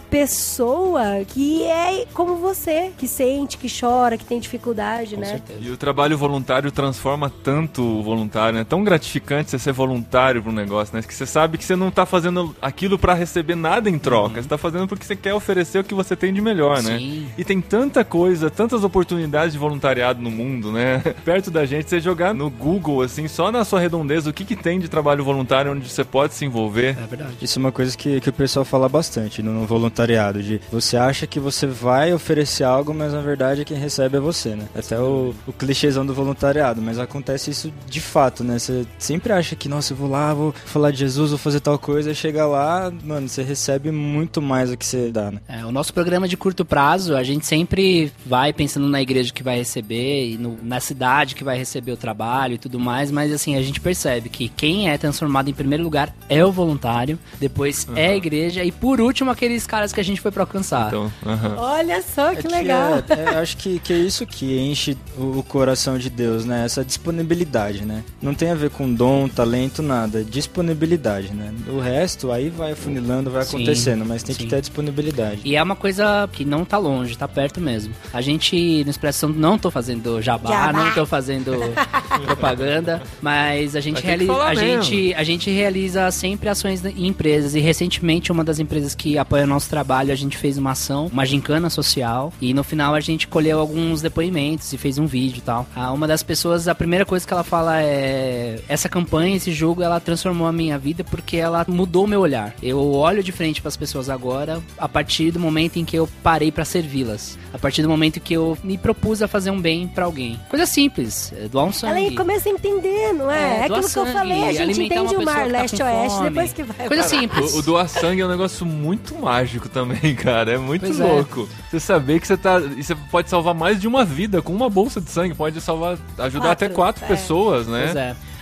pessoa que é como você, que sente, que chora, que tem dificuldade, com né? certeza. E o trabalho voluntário transforma tanto o voluntário, né? É tão gratificante você ser voluntário para um negócio, né? Que você sabe que você não tá fazendo aquilo para receber nada em troca. Uhum. Você tá fazendo porque você quer oferecer o que você tem de melhor, né? Sim. E tem tanta coisa, tantas oportunidades de voluntariado no mundo, né? Perto da gente, você jogar no Google, assim, só na sua redondeza, o que que tem de trabalho voluntário onde você pode se envolver. É verdade. Isso é uma coisa que, que o pessoal fala bastante no, no voluntariado, de você acha que você vai oferecer algo, mas na verdade quem recebe é você, né? Até o, o clichêzão do voluntariado, mas acontece isso de fato, né? Você sempre acha que, nossa, eu vou lá, vou falar de Jesus, vou fazer tal coisa, e chega lá, mano, você recebe muito mais do que você dá, né? É, o nosso programa de curto prazo, a gente sempre vai pensando na igreja que vai receber e no, na cidade que vai receber o trabalho e tudo mais, mas assim, a gente percebe que quem é transformado em primeiro lugar é o voluntário, depois uhum. é a igreja e por último aqueles caras que a gente foi pra alcançar. Então, uhum. Olha só que, é que legal. É, é, acho que, que é isso que enche o, o coração de Deus, né? Essa disponibilidade, né? Não tem a ver com dom, talento, nada. Disponibilidade, né? O resto, aí vai afunilando, vai sim, acontecendo, mas tem sim. que ter a disponibilidade. E é uma coisa que não tá longe, tá perto mesmo. A gente, no Expressão, não tô fazendo jabá, jabá. não tô fazendo propaganda, mas a gente, reali- a, gente, a gente realiza sempre ações em empresas, e recentemente uma das empresas que apoia o nosso trabalho, a gente fez uma ação, uma gincana social, e no final a gente colheu alguns depoimentos e fez um vídeo e tal. Ah, uma das pessoas, a primeira coisa que ela fala é: essa campanha, esse jogo, ela transformou a minha vida porque ela mudou o meu olhar. Eu olho de frente para as pessoas agora a partir do momento em que eu parei para servi-las, a partir do momento que eu me propus a fazer um bem para alguém. Coisa simples, é doar um sangue. Ela começa a entender, não é? É, é aquilo que eu falei, a gente entende o mar, leste-oeste, depois que vai. Coisa simples. O, o doar sangue é um negócio muito mágico também, cara. É muito pois louco. É. Você saber que você tá. Você pode salvar mais de uma vida com uma bolsa de sangue. Pode salvar, ajudar quatro, até quatro é. pessoas, né? Pois é.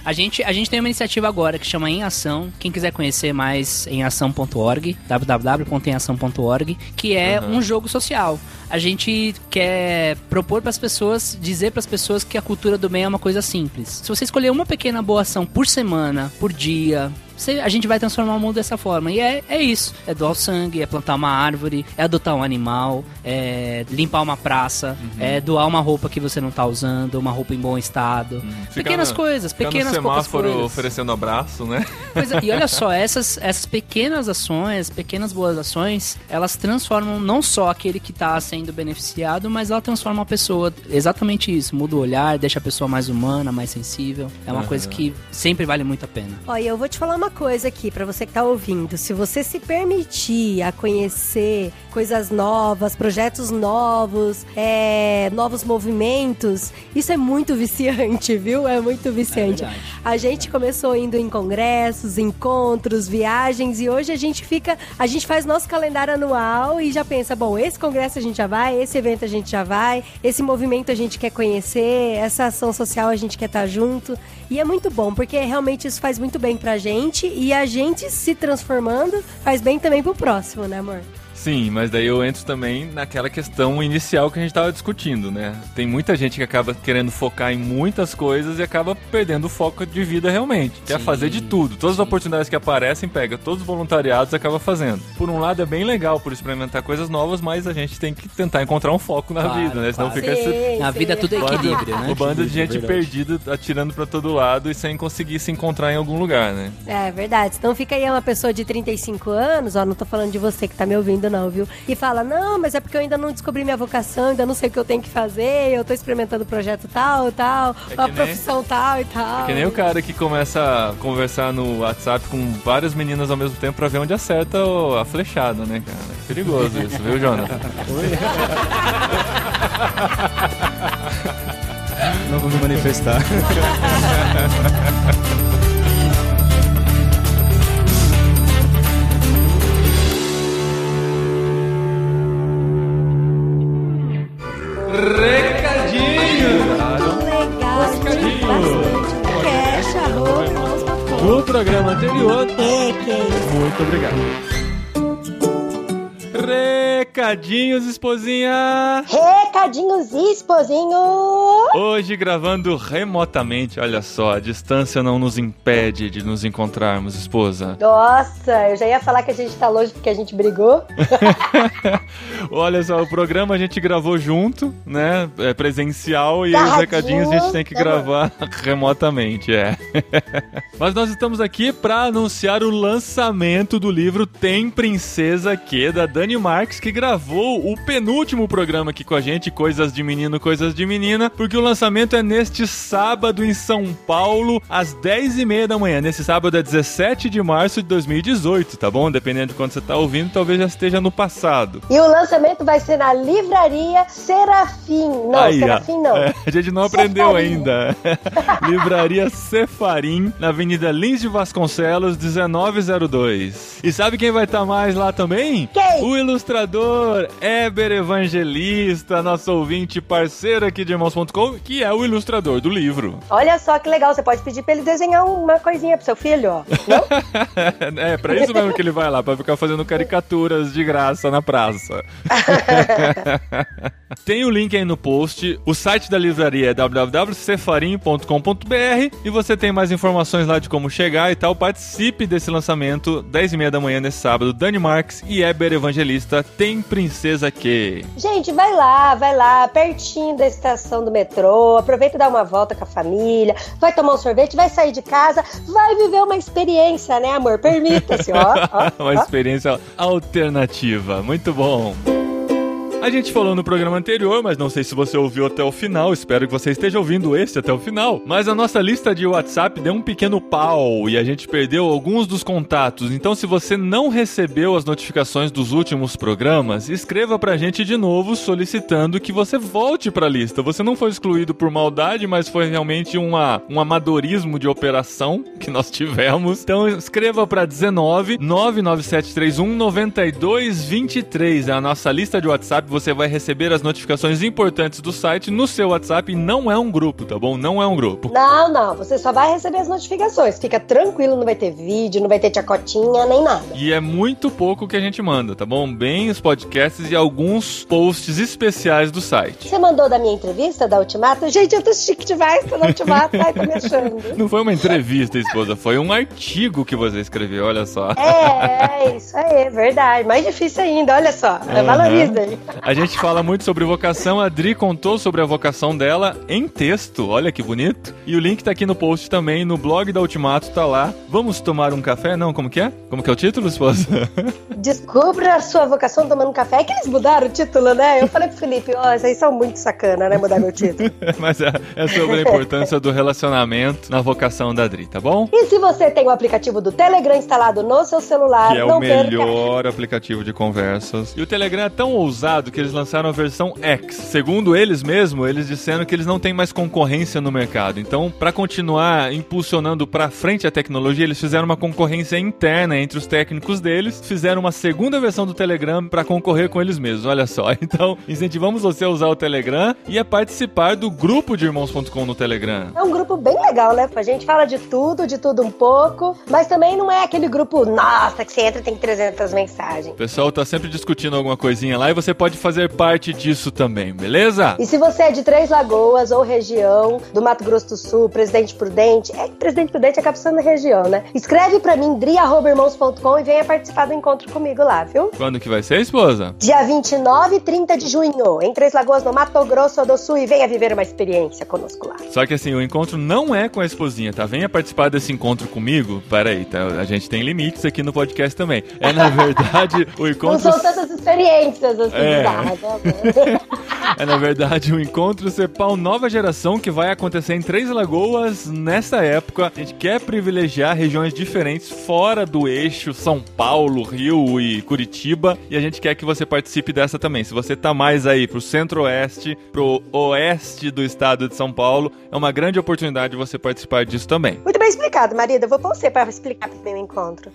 A gente, a gente tem uma iniciativa agora que chama Em Ação. Quem quiser conhecer mais, em ação ponto org, w w w ponto em ação ponto org, que é uhum. um jogo social. A gente quer propor para as pessoas, dizer para as pessoas que a cultura do bem é uma coisa simples. Se você escolher uma pequena boa ação por semana, por dia, você, a gente vai transformar o mundo dessa forma. E é, é isso. É doar sangue, é plantar uma árvore, é adotar um animal, é limpar uma praça, uhum. é doar uma roupa que você não tá usando, uma roupa em bom estado. Uhum. Pequenas no, coisas, pequenas poucas coisas. Semáforo oferecendo abraço, né? Pois é, e olha só, essas, essas pequenas ações, pequenas boas ações, elas transformam não só aquele que tá sendo beneficiado, mas ela transforma a pessoa. Exatamente isso. Muda o olhar, deixa a pessoa mais humana, mais sensível. É uma uhum. coisa que sempre vale muito a pena. Olha, eu vou te falar uma coisa aqui pra você que tá ouvindo. Se você se permitir a conhecer coisas novas, projetos novos, é, novos movimentos, isso é muito viciante, viu? É muito viciante. É a gente começou indo em congressos, encontros, viagens, e hoje a gente fica, a gente faz nosso calendário anual e já pensa, bom, esse congresso a gente já vai, esse evento a gente já vai, esse movimento a gente quer conhecer, essa ação social a gente quer estar junto. E é muito bom, porque realmente isso faz muito bem pra gente, e a gente se transformando faz bem também pro próximo, né, amor? Sim, mas daí eu entro também naquela questão inicial que a gente estava discutindo, né? Tem muita gente que acaba querendo focar em muitas coisas e acaba perdendo o foco de vida realmente. Quer sim, fazer de tudo. Todas sim. as oportunidades que aparecem, pega todos os voluntariados e acaba fazendo. Por um lado é bem legal por experimentar coisas novas, mas a gente tem que tentar encontrar um foco na claro, vida, né? Senão claro. fica... Sim, esse... Na vida tudo é equilíbrio, né? O bando de gente perdida atirando pra todo lado e sem conseguir se encontrar em algum lugar, né? É verdade. Senão fica aí uma pessoa de trinta e cinco anos, ó, não tô falando de você que tá me ouvindo não, viu? E fala, não, mas é porque eu ainda não descobri minha vocação, ainda não sei o que eu tenho que fazer, eu tô experimentando o projeto tal, tal, é a profissão nem... tal e tal. É que nem o cara que começa a conversar no WhatsApp com várias meninas ao mesmo tempo pra ver onde acerta a flechada, né, cara? É perigoso isso, viu, Jonathan? Não vou me manifestar. Recadinho! Legal, bastante cash, arroba, irmãos ponto com. No programa anterior. É, que é isso. Muito obrigado. Recadinhos, esposinha! Recadinhos, esposinho! Hoje gravando remotamente, olha só, a distância não nos impede de nos encontrarmos, esposa. Nossa, eu já ia falar que a gente tá longe porque a gente brigou. Olha só, o programa a gente gravou junto, né, é presencial, e Tadinho, os recadinhos a gente tem que tá gravar bom. remotamente, é. Mas nós estamos aqui pra anunciar o lançamento do livro Tem Princesa Que, da Dani Marques, que gravou o penúltimo programa aqui com a gente, Coisas de Menino, Coisas de Menina, porque o lançamento é neste sábado em São Paulo, às dez e meia da manhã. Nesse sábado é dezessete de março de dois mil e dezoito, tá bom? Dependendo de quando você tá ouvindo, talvez já esteja no passado. E o lançamento vai ser na Livraria Serafim. Não, Aí, Serafim não. É, a gente não aprendeu Cefarim. ainda. Livraria Cefarim, na Avenida Lins de Vasconcelos, dezenove zero dois. E sabe quem vai estar mais lá também? Quem? O ilustrador Éber Evangelista, nosso ouvinte parceiro aqui de irmãos ponto com, que é o ilustrador do livro. Olha só que legal, você pode pedir pra ele desenhar uma coisinha pro seu filho, ó. Não? É, pra isso mesmo que ele vai lá, pra ficar fazendo caricaturas de graça na praça. Tem o link aí no post. O site da livraria é w w w ponto cefarim ponto com ponto b r e você tem mais informações lá de como chegar e tal. Participe desse lançamento, dez e meia da manhã nesse sábado. Dani Marques e Éber Evangelista, Tem Princesa Que. Gente, vai lá, vai lá, pertinho da estação do metrô, aproveita e dá uma volta com a família, vai tomar um sorvete, vai sair de casa, vai viver uma experiência, né, amor? Permita-se, ó, ó. Uma ó. experiência alternativa. Muito bom. A gente falou no programa anterior, mas não sei se você ouviu até o final, espero que você esteja ouvindo esse até o final, mas a nossa lista de WhatsApp deu um pequeno pau e a gente perdeu alguns dos contatos. Então, se você não recebeu as notificações dos últimos programas, escreva pra gente de novo solicitando que você volte pra lista. Você não foi excluído por maldade, mas foi realmente uma, um amadorismo de operação que nós tivemos. Então, escreva pra dezenove, nove nove sete três um, nove dois dois três, é a nossa lista de WhatsApp. você vai receber as notificações importantes do site no seu WhatsApp e não é um grupo, tá bom? Não é um grupo. Não, não, você só vai receber as notificações. Fica tranquilo, não vai ter vídeo, não vai ter chacotinha, nem nada. E é muito pouco que a gente manda, tá bom? Bem os podcasts e alguns posts especiais do site. Você mandou da minha entrevista, da Ultimato? Gente, eu tô chique demais pela Ultimato, ai, tô me achando. Não foi uma entrevista, esposa, foi um artigo que você escreveu, olha só. É, é isso aí, é verdade. Mais difícil ainda, olha só. Uhum. Valoriza aí. A gente fala muito sobre vocação, a Adri contou sobre a vocação dela em texto, olha que bonito. E o link tá aqui no post também, no blog da Ultimato, tá lá. Vamos tomar um café? Não, como que é? Como que é o título, esposa? Descubra a sua vocação tomando um café. É que eles mudaram o título, né? Eu falei pro Felipe, ó, oh, vocês são muito sacana, né? Mudar meu título. Mas é, é sobre a importância do relacionamento na vocação da Adri, tá bom? E se você tem o aplicativo do Telegram instalado no seu celular, que é não o melhor perca. aplicativo de conversas. E o Telegram é tão ousado que eles lançaram a versão X. Segundo eles mesmos, eles disseram que eles não têm mais concorrência no mercado. Então, para continuar impulsionando para frente a tecnologia, eles fizeram uma concorrência interna entre os técnicos deles, fizeram uma segunda versão do Telegram para concorrer com eles mesmos. Olha só. Então, incentivamos você a usar o Telegram e a participar do grupo de irmãos ponto com no Telegram. É um grupo bem legal, né? A gente fala de tudo, de tudo um pouco, mas também não é aquele grupo, nossa, que você entra e tem trezentas mensagens. O pessoal tá sempre discutindo alguma coisinha lá e você pode fazer parte disso também, beleza? E se você é de Três Lagoas ou região do Mato Grosso do Sul, Presidente Prudente, é que Presidente Prudente acaba sendo região, né? Escreve pra mim, dri arroba irmãos ponto com e venha participar do encontro comigo lá, viu? Quando que vai ser, esposa? Dia vinte e nove e trinta de junho, em Três Lagoas, no Mato Grosso do Sul, e venha viver uma experiência conosco lá. Só que assim, o encontro não é com a esposinha, tá? Venha participar desse encontro comigo. Peraí, tá? A gente tem limites aqui no podcast também. É, na verdade, o encontro... Não são tantas experiências assim, é. bizarras, né? É, na verdade, o encontro Cepal Nova Geração que vai acontecer em Três Lagoas nessa época. A gente quer privilegiar regiões diferentes fora do eixo São Paulo, Rio e Curitiba. E a gente quer que você participe dessa também. Se você tá mais aí pro centro-oeste, pro oeste do estado de São Paulo, é uma grande oportunidade de você participar disso também. Muito bem explicado, marido. Eu vou pôr você para explicar pro meu encontro.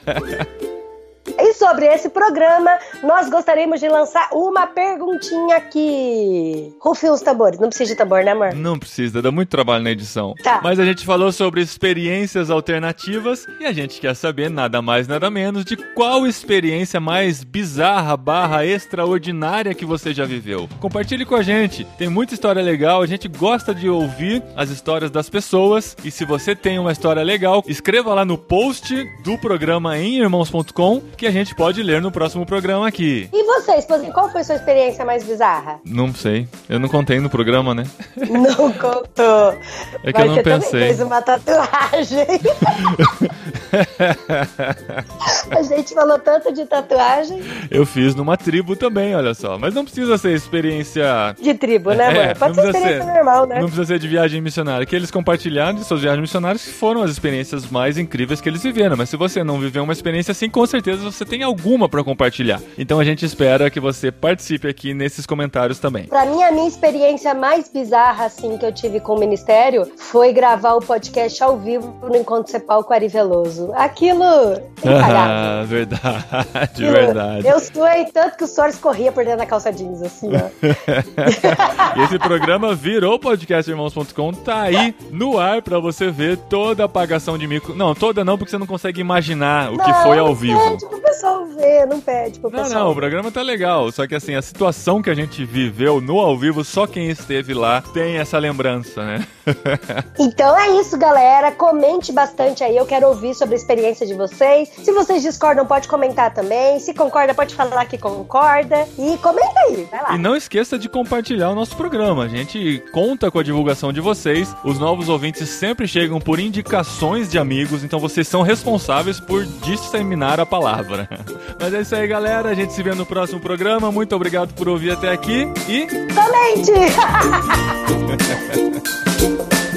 E sobre esse programa, nós gostaríamos de lançar uma perguntinha aqui. Rufem os tambores. Não precisa de tambor, né, amor? Não precisa, dá muito trabalho na edição. Tá. Mas a gente falou sobre experiências alternativas e a gente quer saber nada mais, nada menos de qual experiência mais bizarra, barra, extraordinária que você já viveu. Compartilhe com a gente. Tem muita história legal, a gente gosta de ouvir as histórias das pessoas. E se você tem uma história legal, escreva lá no post do programa em irmãos ponto com que a gente pode ler no próximo programa aqui. E você, esposinha, qual foi a sua experiência mais bizarra? Não sei. Eu não contei no programa, né? Não contou. É que Mas eu não você pensei. Também fez uma tatuagem. A gente falou tanto de tatuagem. Eu fiz numa tribo também, olha só. Mas não precisa ser experiência... De tribo, né, amor? É, pode ser experiência ser, normal, né? Não precisa ser de viagem missionária. Que eles compartilharam de suas viagens missionárias que foram as experiências mais incríveis que eles viveram. Mas se você não viveu uma experiência assim, com certeza você tem alguma pra compartilhar. Então a gente espera que você participe aqui nesses comentários também. Pra mim, a minha experiência mais bizarra, assim, que eu tive com o Ministério foi gravar o podcast ao vivo no Encontro Cepal com Ari Veloso. Aquilo... Ah, verdade, Aquilo, verdade. Eu suei tanto que o suor escorria por dentro da calça jeans, assim, ó. E esse programa virou podcast irmãos ponto com, tá aí no ar pra você ver toda a apagação de mico. Não, toda não, porque você não consegue imaginar o não, que foi ao vivo. Não pede pro pessoal ver, não pede pro não, pessoal Não, não, ver. o programa tá legal, só que assim, a situação que a gente viveu no ao vivo, só quem esteve lá tem essa lembrança, né? Então é isso, galera, comente bastante aí, eu quero ouvir sobre a experiência de vocês. Se vocês discordam, pode comentar também. Se concorda, pode falar que concorda. E comenta aí, vai lá. E não esqueça de compartilhar o nosso programa. A gente conta com a divulgação de vocês. Os novos ouvintes sempre chegam por indicações de amigos, então vocês são responsáveis por disseminar a palavra. Mas é isso aí, galera. A gente se vê no próximo programa. Muito obrigado por ouvir até aqui e... Comente!